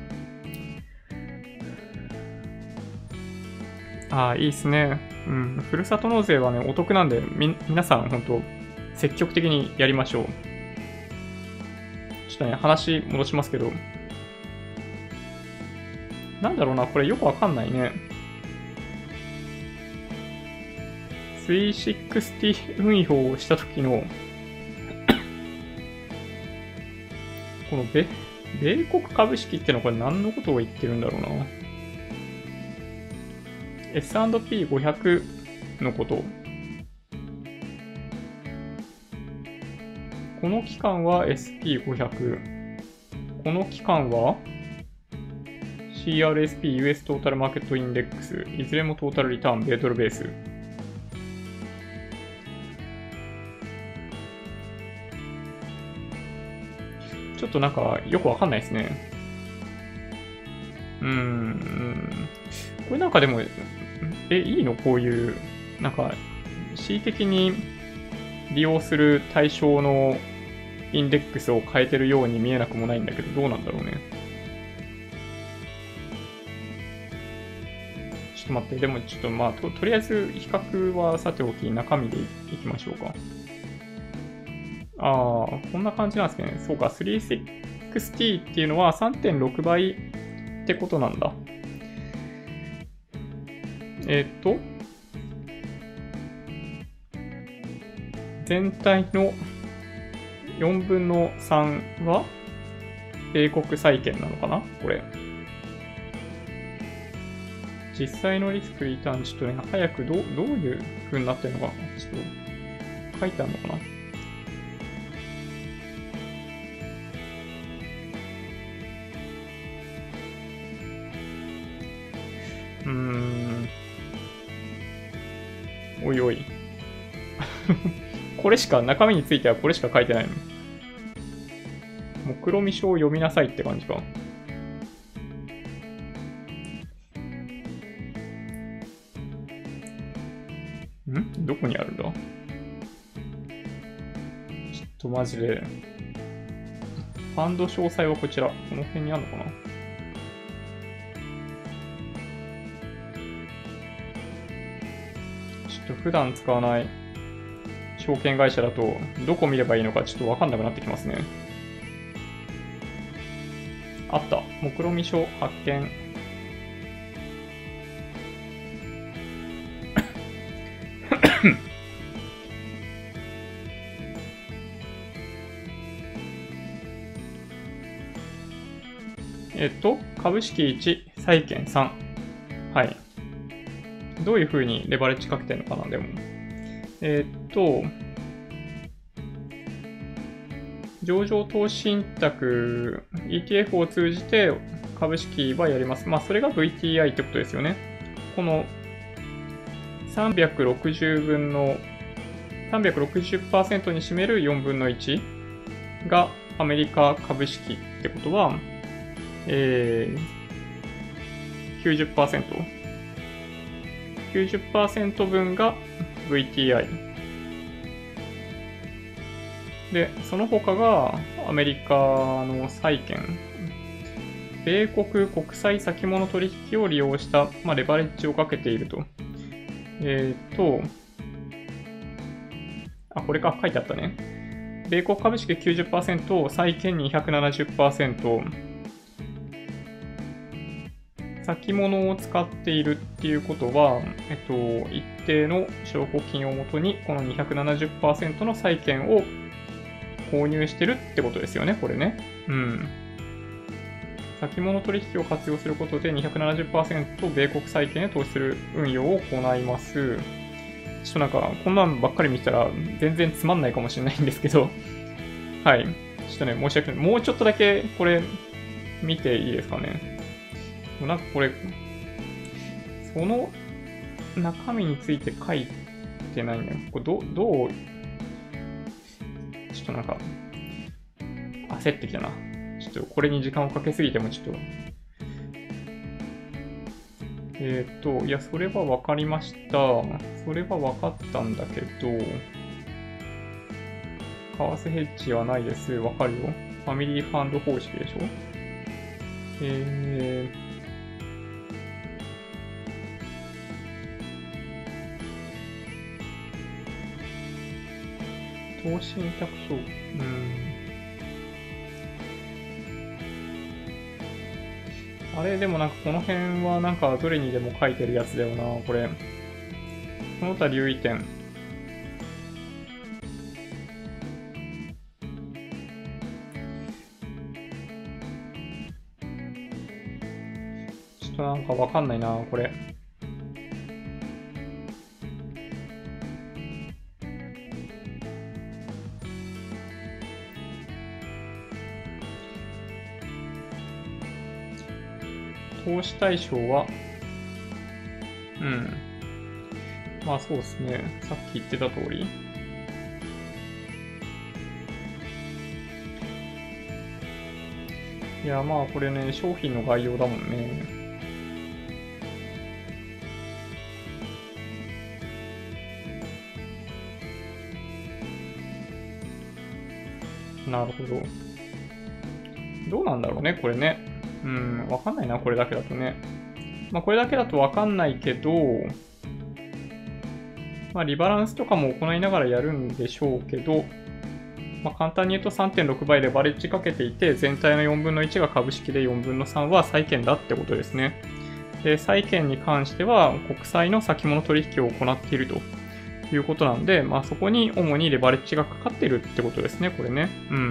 ああ、いいっすね。うん。ふるさと納税はね、お得なんで、み、皆さん、本当積極的にやりましょう。ちょっとね、話戻しますけど、なんだろうな、これよくわかんないね。スリーシックスティ運用をした時の、この米、米国株式ってのはこれ何のことを言ってるんだろうな。エスアンドピーごひゃく のこと。この期間は エスピーごひゃく。この期間は シーアールエスピー ユーエス トータルマーケットインデックス。いずれもトータルリターン、米ドルベース。ちょっとなんかよくわかんないですね。うーん。これなんかでも、え、いいのこういう、なんか、恣意的に利用する対象のインデックスを変えてるように見えなくもないんだけど、どうなんだろうね。ちょっと待って、でもちょっとまあ、と, とりあえず比較はさておき、中身でいきましょうか。ああ、こんな感じなんですね。そうか、スリーシックスティー っていうのは さんてんろく 倍ってことなんだ。えっと、全体のよんぶんのさんは米国債券なのかなこれ。実際のリスクリターン、ちょっとね、早くどう、どういう風になってるのか、ちょっと書いてあるのかなうーん。おいおい。これしか、中身についてはこれしか書いてないの。目論見書を読みなさいって感じか。んどこにあるんだちょっとマジで。ファンド詳細はこちら。この辺にあるのかなちょっと普段使わない証券会社だとどこ見ればいいのかちょっとわかんなくなってきますね。あった。目論見書発見。 えっと、株式いち、債券さん。はい。どういう風にレバレッジかけてるのかな、でも。えっと、上場投資信託 イーティーエフ を通じて株式はやります。まあ、それが ブイティーアイ ってことですよね。このさんびゃくろくじゅうぶんの、さんびゃくろくじゅっパーセント に占めるよんぶんのいちがアメリカ株式ってことは、えー、きゅうじゅっパーセント。きゅうじゅっパーセント 分が ブイティーアイ。で、その他がアメリカの債券。米国国際先物取引を利用した、まあ、レバレッジをかけていると。えっと、あ、これか、書いてあったね。米国株式 きゅうじゅっパーセント、債券 にひゃくななじゅっパーセント、先物を使っているっていうことは、えっと、一定の証拠金をもとに、この にひゃくななじゅっパーセント の債券を購入してるってことですよね、これね。うん。先物取引を活用することで にひゃくななじゅっパーセント 米国債券へ投資する運用を行います。ちょっとなんか、こんなんばっかり見てたら全然つまんないかもしれないんですけど、はい。ちょっとね、申し訳ない。もうちょっとだけこれ見ていいですかね。なんかこれ、その中身について書いてないんだよ。これどどう、ちょっとなんか、焦ってきたな。ちょっとこれに時間をかけすぎてもちょっと。えっと、いや、それはわかりました。それはわかったんだけど、為替ヘッジはないです。わかるよ。ファミリーファンド方式でしょ。えー、投資信託証。うん。あれ、でもなんかこの辺はなんかどれにでも書いてるやつだよな、これ。その他留意点。ちょっとなんかわかんないな、これ。投資対象は、うん。まあそうですね。さっき言ってた通り。いや、まあこれね、商品の概要だもんね。なるほど。どうなんだろうね、これね。うん、わかんないな、これだけだとね。まあこれだけだとわかんないけど、まあリバランスとかも行いながらやるんでしょうけど、まあ簡単に言うと さんてんろく 倍レバレッジかけていて、全体のよんぶんのいちが株式でよんぶんのさんは債券だってことですね。で、債券に関しては国債の先物取引を行っているということなんで、まあそこに主にレバレッジがかかっているってことですね、これね。うん。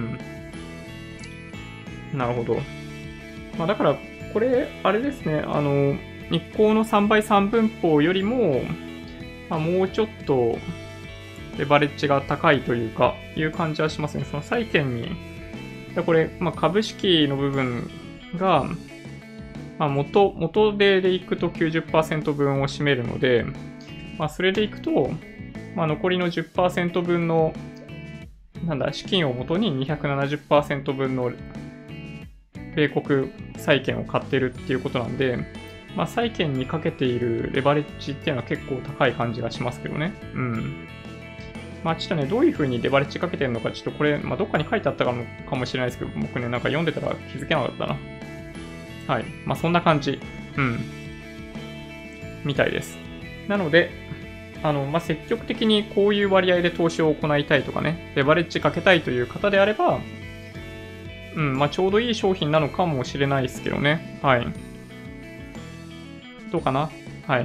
なるほど。まあだから、これ、あれですね、あの、日興のさんばいさんぶん法よりも、まあ、もうちょっと、レバレッジが高いというか、いう感じはしますね。その債券に、これ、まあ、株式の部分が、まあ、元、元ででいくと きゅうじゅっパーセント 分を占めるので、まあ、それでいくと、まあ、残りの じゅっパーセント 分の、なんだ、資金を元に にひゃくななじゅっパーセント 分の米国債券を買ってるっていうことなんで、まあ、債券にかけているレバレッジっていうのは結構高い感じがしますけどね。うん。まあちょっとね、どういう風にレバレッジかけてるのか、ちょっとこれ、まあどっかに書いてあったかもかもしれないですけど、僕ね、なんか読んでたら気づけなかったな。はい。まあそんな感じ。うん。みたいです。なので、あの、まあ積極的にこういう割合で投資を行いたいとかね、レバレッジかけたいという方であれば、うん、まあちょうどいい商品なのかもしれないですけどね。はい。どうかな？はい。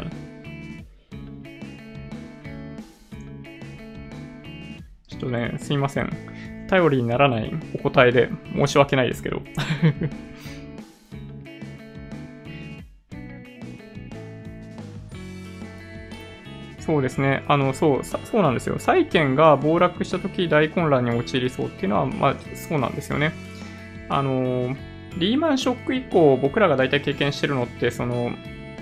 ちょっとね、すいません。頼りにならないお答えで申し訳ないですけど。 そうですね。あの、そう、そうなんですよ。債券が暴落したとき大混乱に陥りそうっていうのは、まあ、そうなんですよね。あの、リーマンショック以降、僕らが大体経験してるのって、その、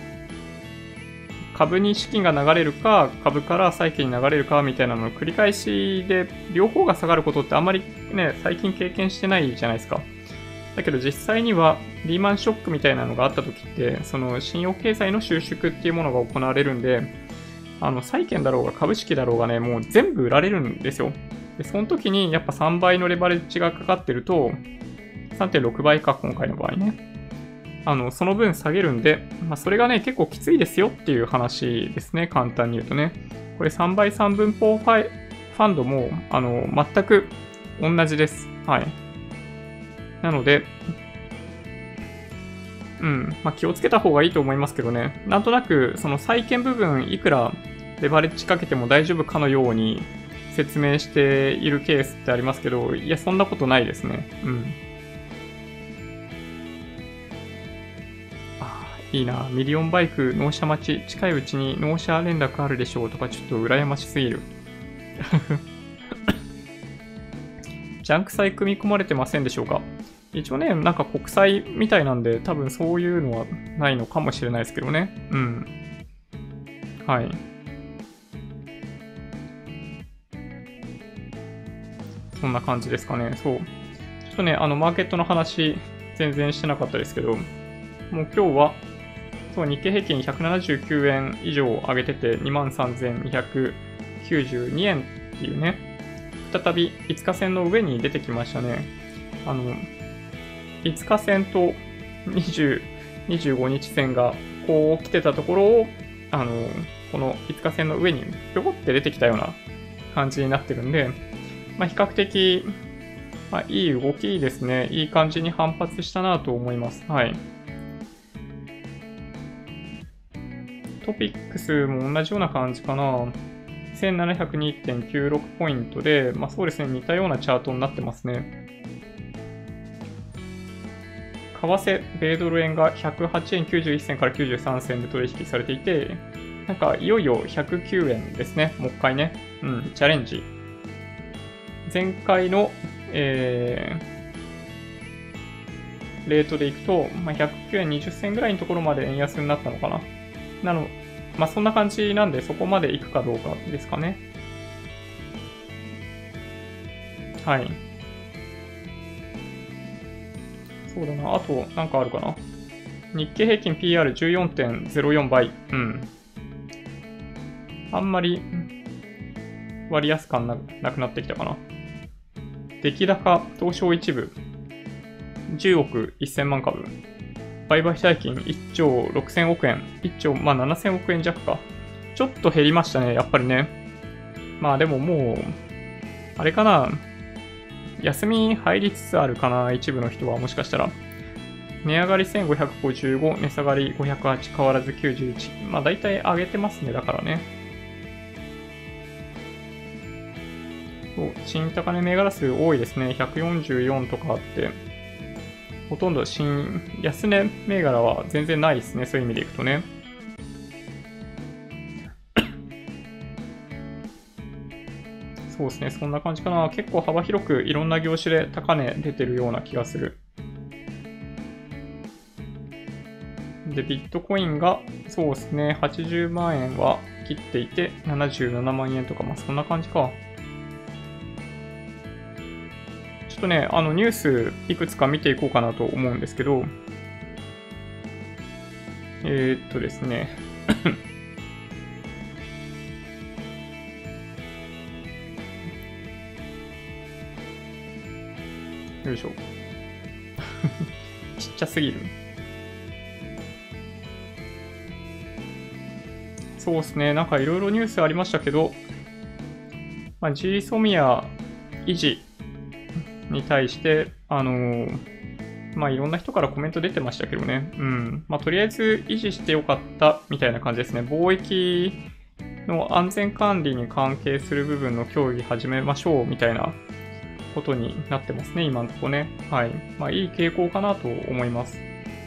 株に資金が流れるか、株から債券に流れるかみたいなのの繰り返しで、両方が下がることってあんまりね、最近経験してないじゃないですか。だけど実際にはリーマンショックみたいなのがあった時って、その信用経済の収縮っていうものが行われるんで、あの債券だろうが株式だろうがね、もう全部売られるんですよ。で、その時にやっぱさんばいのレバレッジがかかってると、さんてんろくばいか、今回の場合ね。あの、その分下げるんで、まあ、それがね、結構きついですよっていう話ですね、簡単に言うとね。これさんばいさんぶん法ファンドも、あの、全く同じです。はい。なので、うん、まあ、気をつけた方がいいと思いますけどね。なんとなく、その債券部分、いくらレバレッジかけても大丈夫かのように説明しているケースってありますけど、いや、そんなことないですね。うん。いいな。ミリオンバイク納車待ち。近いうちに納車連絡あるでしょうとか、ちょっと羨ましすぎる。ジャンク債組み込まれてませんでしょうか？一応ね、なんか国債みたいなんで、多分そういうのはないのかもしれないですけどね。うん。はい。そんな感じですかね。そう。ちょっとね、あの、マーケットの話、全然してなかったですけど、もう今日は、そう、日経平均ひゃくななじゅうきゅうえん以上上げてて にまんさんぜんにひゃくきゅうじゅうにえんっていうね、再びいつか線の上に出てきましたね。あの、いつか線とにじゅう、にじゅうごにち線がこう来てたところを、あの、このいつか線の上にぴょこって出てきたような感じになってるんで、まあ、比較的、まあ、いい動きですね。いい感じに反発したなと思います。はい。トピックスも同じような感じかな。せんななひゃくにてんきゅうろく ポイントで、まあそうですね、似たようなチャートになってますね。為替、米ドル円がひゃくはちえんきゅうじゅういっ銭からきゅうじゅうさん銭で取引されていて、なんかいよいよひゃくきゅうえんですね。もう一回ね。うん、チャレンジ。前回の、えー、レートでいくと、まあ、ひゃくきゅうえんにじゅっ銭ぐらいのところまで円安になったのかな。なの、まあ、そんな感じなんで、そこまで行くかどうかですかね。はい。そうだな。あと、なんかあるかな。日経平均 ピーアールじゅうよんてんゼロよん 倍。うん。あんまり割安感なくなってきたかな。出来高東証一部じゅうおくせん万株。売買代金いっちょうろくせんおくえん。いっちょう、まあななせんおくえん弱か。ちょっと減りましたね、やっぱりね。まあでももう、あれかな。休み入りつつあるかな、一部の人はもしかしたら。値上がりせんごひゃくごじゅうご、値下がりごひゃくはち、変わらずきゅうじゅういち。まあ大体上げてますね、だからね。そう、新高値銘柄数多いですね。ひゃくよんじゅうよんとかあって。ほとんど新、安値銘柄は全然ないですね。そういう意味でいくとね。そうですね。そんな感じかな。結構幅広くいろんな業種で高値出てるような気がする。で、ビットコインが、そうですね。はちじゅうまんえんは切っていて、ななじゅうななまんえんとか、まあそんな感じか。ちょっとね、あのニュースいくつか見ていこうかなと思うんですけど、えー、っとですね。よいしょ。ちっちゃすぎる。そうですね。なんかいろいろニュースありましたけど、まあ、ジーソミア維持に対して、あのー、まあいろんな人からコメント出てましたけどね。うん。まあとりあえず維持してよかったみたいな感じですね。貿易の安全管理に関係する部分の協議始めましょうみたいなことになってますね、今のところね。はい。まあいい傾向かなと思います。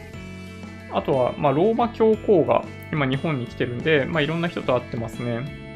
あとは、まあローマ教皇が今日本に来てるんで、まあいろんな人と会ってますね。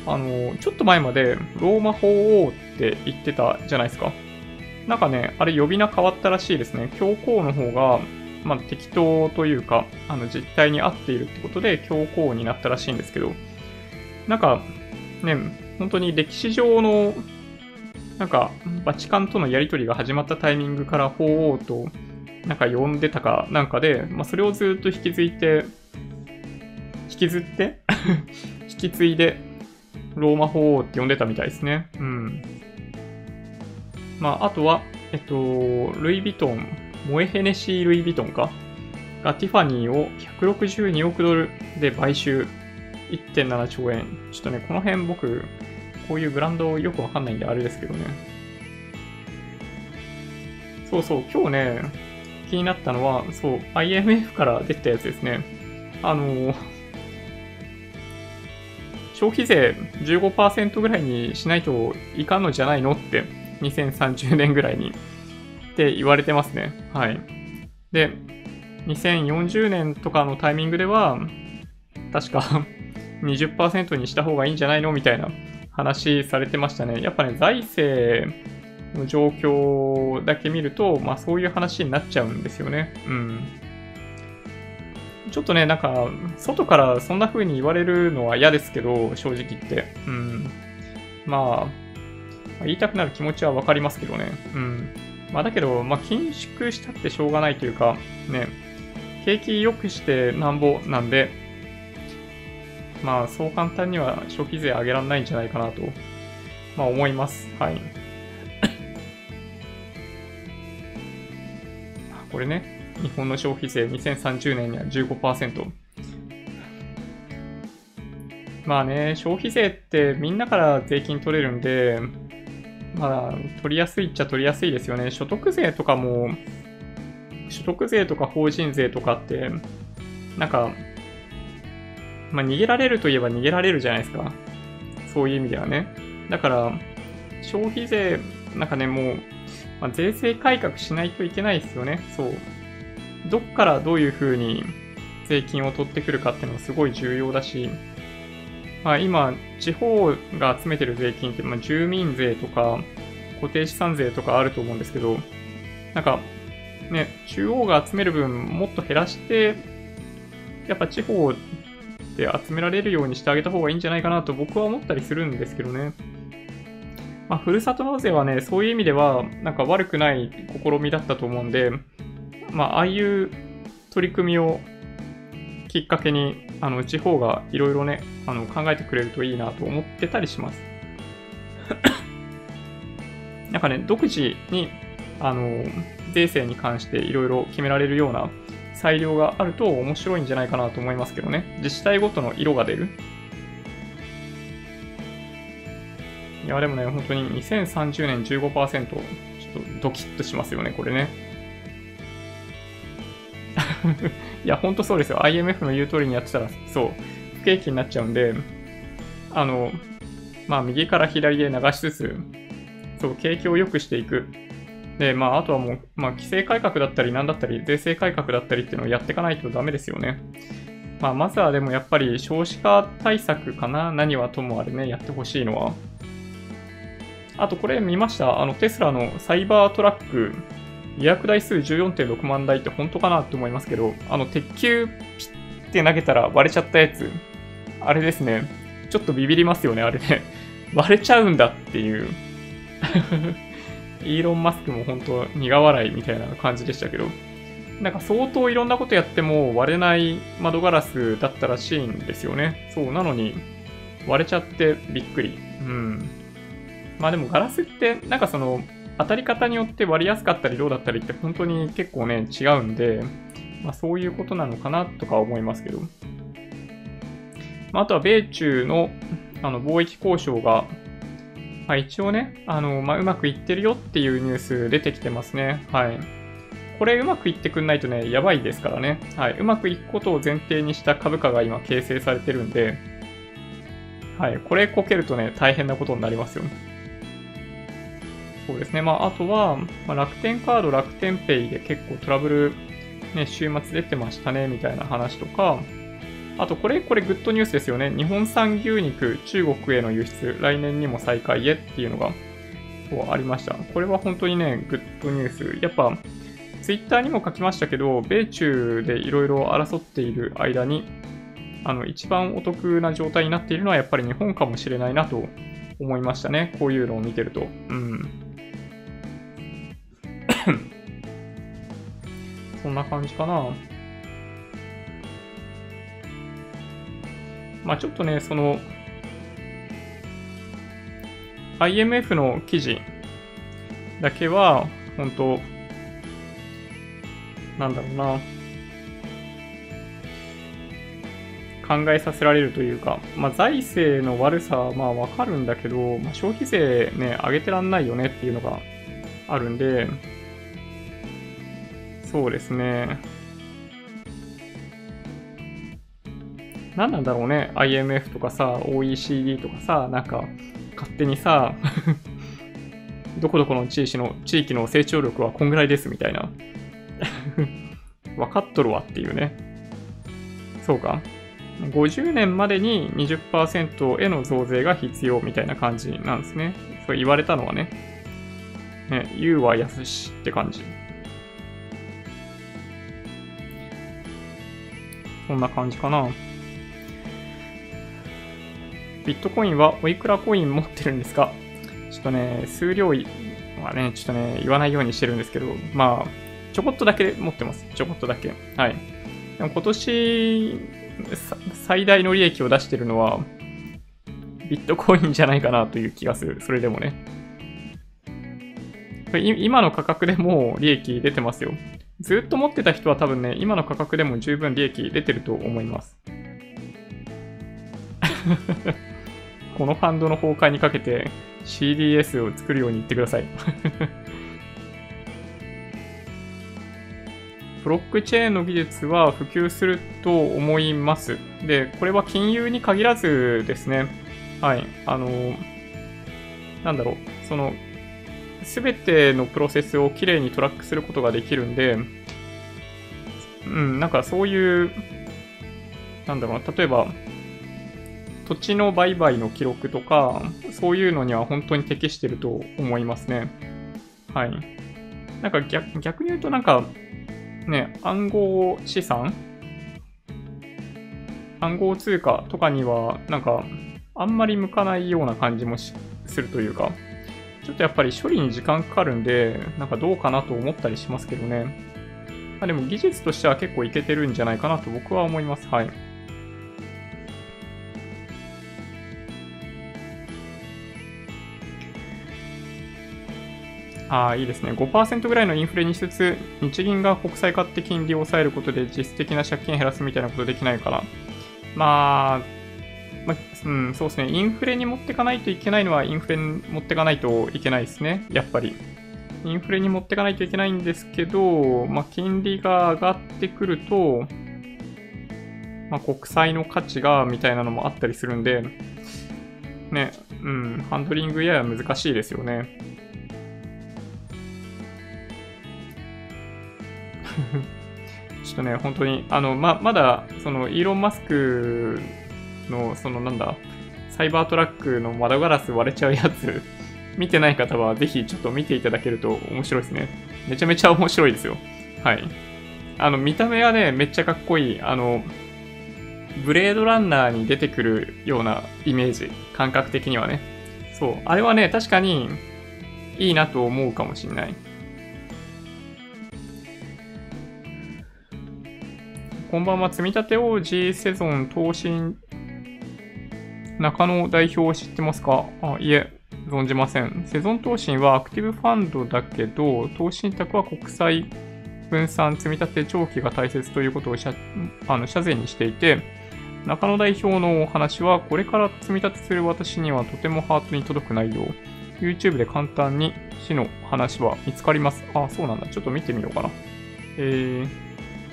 あの、ちょっと前までローマ法王って言ってたじゃないですか。なんかね、あれ呼び名変わったらしいですね。教皇の方が、まあ、適当というか、あの、実態に合っているってことで教皇になったらしいんですけど、なんか、ね、本当に歴史上の、なんか、バチカンとのやりとりが始まったタイミングから法王と、なんか呼んでたかなんかで、まあ、それをずっと引き継いで、引きずって引き継いで、ローマ法王って呼んでたみたいですね。うん。まあ、あとは、えっと、ルイ・ヴィトン、モエヘネシー・ルイ・ヴィトンかがティファニーをひゃくろくじゅうにおくドルで買収。いってんななちょうえん。ちょっとね、この辺僕、こういうブランドよくわかんないんであれですけどね。そうそう、今日ね、気になったのは、そう、アイエムエフ から出たやつですね。あのー、消費税 じゅうごパーセント ぐらいにしないといかんのじゃないのって、にせんさんじゅうねんぐらいにって言われてますね。はい。で、にせんよんじゅうねんとかのタイミングでは、確かにじゅっパーセント にした方がいいんじゃないのみたいな話されてましたね。やっぱね、財政の状況だけ見ると、まあそういう話になっちゃうんですよね。うん。ちょっとね、なんか、外からそんな風に言われるのは嫌ですけど、正直言って。うん。まあ、言いたくなる気持ちはわかりますけどね。うん。まあだけど、まあ緊縮したってしょうがないというか、ね、景気良くしてなんぼなんで、まあそう簡単には消費税上げられないんじゃないかなと、まあ思います。はい。これね、日本の消費税にせんさんじゅうねんには じゅうごパーセント。まあね、消費税ってみんなから税金取れるんで、まあ取りやすいっちゃ取りやすいですよね。所得税とかも、所得税とか法人税とかって、なんか、まあ逃げられるといえば逃げられるじゃないですか。そういう意味ではね。だから、消費税、なんかね、もう、まあ、税制改革しないといけないですよね。そう。どっからどういう風に税金を取ってくるかっていうのはすごい重要だし、まあ、今、地方が集めてる税金って、まあ、住民税とか固定資産税とかあると思うんですけど、なんか、ね、中央が集める分もっと減らして、やっぱ地方で集められるようにしてあげた方がいいんじゃないかなと僕は思ったりするんですけどね。まあ、ふるさと納税はね、そういう意味では、なんか悪くない試みだったと思うんで、まあ、ああいう取り組みをきっかけに、あの、地方がいろいろね、あの、考えてくれるといいなと思ってたりします。なんかね、独自に、あの、税制に関していろいろ決められるような裁量があると面白いんじゃないかなと思いますけどね。自治体ごとの色が出る。いや、でもね、本当ににせんさんじゅうねん じゅうごパーセント、ちょっとドキッとしますよね、これね。いや、ほんとそうですよ。アイエムエフ の言う通りにやってたら、そう、不景気になっちゃうんで、あの、まあ、右から左で流しつつ、そう、景気を良くしていく。で、まあ、あとはもう、まあ、規制改革だったり、なんだったり、税制改革だったりっていうのをやっていかないとダメですよね。まあ、まずはでもやっぱり少子化対策かな。何はともあれね、やってほしいのは。あとこれ見ました？あのテスラのサイバートラック、予約台数 じゅうよんてんろくまんだいって本当かなって思いますけど、あの鉄球ピッて投げたら割れちゃったやつ。あれですね。ちょっとビビりますよね、あれね。割れちゃうんだっていう。イーロン・マスクも本当苦笑いみたいな感じでしたけど、なんか相当いろんなことやっても割れない窓ガラスだったらしいんですよね。そう、なのに割れちゃってびっくり。うん。まあでもガラスってなんかその当たり方によって割りやすかったりどうだったりって本当に結構ね違うんで、まあそういうことなのかなとか思いますけど。まあ、あとは米中のあの貿易交渉が、まあ、一応ね、あの、まあ、うまくいってるよっていうニュース出てきてますね。はい。これうまくいってくんないとね、やばいですからね。はい。うまくいくことを前提にした株価が今形成されてるんで、はい。これこけるとね、大変なことになりますよ。そうですね。まあ、あとは、まあ、楽天カード、楽天ペイで結構トラブル、ね、週末出てましたね、みたいな話とか、 あと、これ、これグッドニュースですよね。日本産牛肉、中国への輸出、来年にも再開へっていうのが、そうありました。これは本当にね、グッドニュース。やっぱ、ツイッターにも書きましたけど、米中でいろいろ争っている間に、あの、一番お得な状態になっているのはやっぱり日本かもしれないなと思いましたね。こういうのを見てると。うん。そんな感じかな。まあちょっとね、その、アイエムエフ の記事だけは、本当なんだろうな、考えさせられるというか、まあ財政の悪さはまあわかるんだけど、まあ、消費税ね、上げてらんないよねっていうのがあるんで、そうですね。何なんだろうね、アイエムエフ とかさ、オーイーシーディー とかさ、なんか、勝手にさ、どこどこの地域の、地域の成長力はこんぐらいですみたいな。分かっとるわっていうね。そうか。ごじゅうねんまでに にじゅっパーセント への増税が必要みたいな感じなんですね。そう言われたのはね。ね、言うはやすしって感じ。そんな感じかな。ビットコインはおいくらコイン持ってるんですか？ちょっとね、数量はね、ちょっとね、言わないようにしてるんですけど、まあ、ちょこっとだけ持ってます。ちょこっとだけ。はい。でも今年、最大の利益を出してるのは、ビットコインじゃないかなという気がする。それでもね。今の価格でも利益出てますよ。ずっと持ってた人は多分ね、今の価格でも十分利益出てると思います。このファンドの崩壊にかけて シーディーエス を作るように言ってください。ブロックチェーンの技術は普及すると思います。で、これは金融に限らずですね。はい。あの、なんだろう。その、すべてのプロセスをきれいにトラックすることができるんで、うん、なんかそういう、なんだろうな。例えば、土地の売買の記録とか、そういうのには本当に適してると思いますね。はい。なんか 逆, 逆に言うとなんか、ね、暗号資産暗号通貨とかには、なんか、あんまり向かないような感じもするというか、ちょっとやっぱり処理に時間かかるんで、なんかどうかなと思ったりしますけどね。まあ、でも技術としては結構いけてるんじゃないかなと僕は思います。はい。ああ、いいですね。ごパーセント ぐらいのインフレにしつつ、日銀が国債買って金利を抑えることで実質的な借金減らすみたいなことできないから。まあ、まあ、うん、そうですね。インフレに持っていかないといけないのはインフレに持っていかないといけないですね。やっぱり。インフレに持っていかないといけないんですけど、まあ、金利が上がってくると、まあ、国債の価値がみたいなのもあったりするんで、ね、うん、ハンドリングやや難しいですよね。ちょっとね、本当に、あの、ま、まだ、その、イーロン・マスクの、その、なんだ、サイバートラックの窓ガラス割れちゃうやつ、見てない方は、ぜひちょっと見ていただけると面白いですね。めちゃめちゃ面白いですよ。はい。あの、見た目はね、めっちゃかっこいい。あの、ブレードランナーに出てくるようなイメージ。感覚的にはね。そう。あれはね、確かに、いいなと思うかもしれない。こんばんは、積み立て王子セゾン投信中野代表を知ってますか？あ、いえ、存じません。セゾン投信はアクティブファンドだけど、投資信託は国債分散積み立て長期が大切ということを社あの社税にしていて、中野代表のお話は、これから積み立てする私にはとてもハートに届く内容。YouTube で簡単に市の話は見つかります。あ、そうなんだ。ちょっと見てみようかな。えー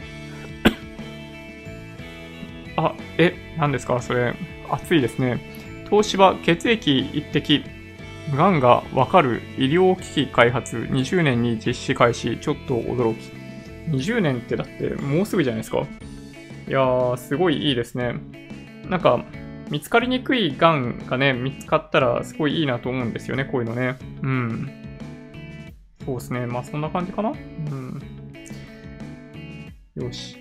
あ、え、何ですかそれ。熱いですね。東芝血液一滴。がんがわかる医療機器開発にじゅうねんに実施開始。ちょっと驚き。にじゅうねんってだってもうすぐじゃないですか。えいやー、すごいいいですね。なんか、見つかりにくいがんがね、見つかったらすごいいいなと思うんですよね、こういうのね。うん。そうですね。まあそんな感じかな。うん。よし。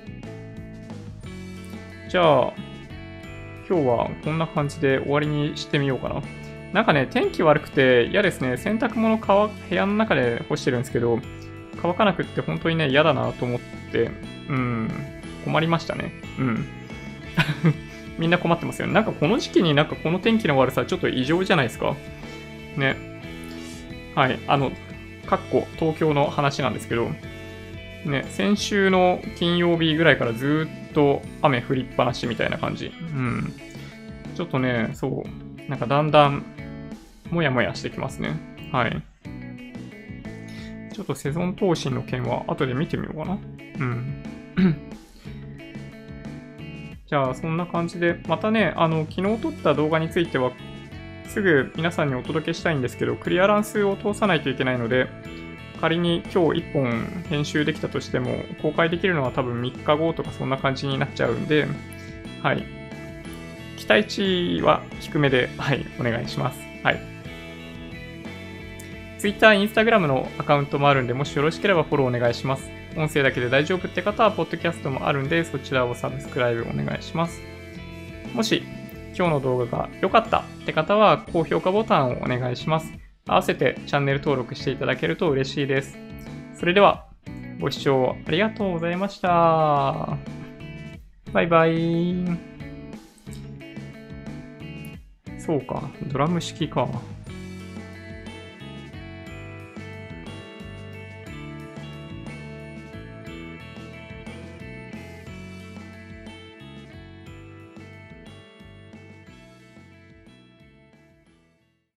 じゃあ、今日はこんな感じで終わりにしてみようかな。なんかね、天気悪くて嫌ですね。洗濯物乾部屋の中で干してるんですけど、乾かなくって本当にね、嫌だなと思って、うん、困りましたね。うん。みんな困ってますよね。なんかこの時期になんかこの天気の悪さちょっと異常じゃないですか。ね。はい。あの、かっこ東京の話なんですけど、ね、先週の金曜日ぐらいからずっと雨降りっぱなしみたいな感じ。うん。ちょっとね、そう、なんかだんだんもやもやしてきますね。はい。ちょっとセゾン投信の件は後で見てみようかな。うん。じゃあ、そんな感じで、またね、あの、昨日撮った動画については、すぐ皆さんにお届けしたいんですけど、クリアランスを通さないといけないので、仮に今日いっぽん編集できたとしても、公開できるのは多分みっかごとかそんな感じになっちゃうんで、はい。期待値は低めで、はい、お願いします。はい。Twitter、Instagram のアカウントもあるんで、もしよろしければフォローお願いします。音声だけで大丈夫って方は、ポッドキャストもあるんで、そちらをサブスクライブお願いします。もし、今日の動画が良かったって方は、高評価ボタンをお願いします。合わせてチャンネル登録していただけると嬉しいです。それでは、ご視聴ありがとうございました。バイバイ。そうか、ドラム式か。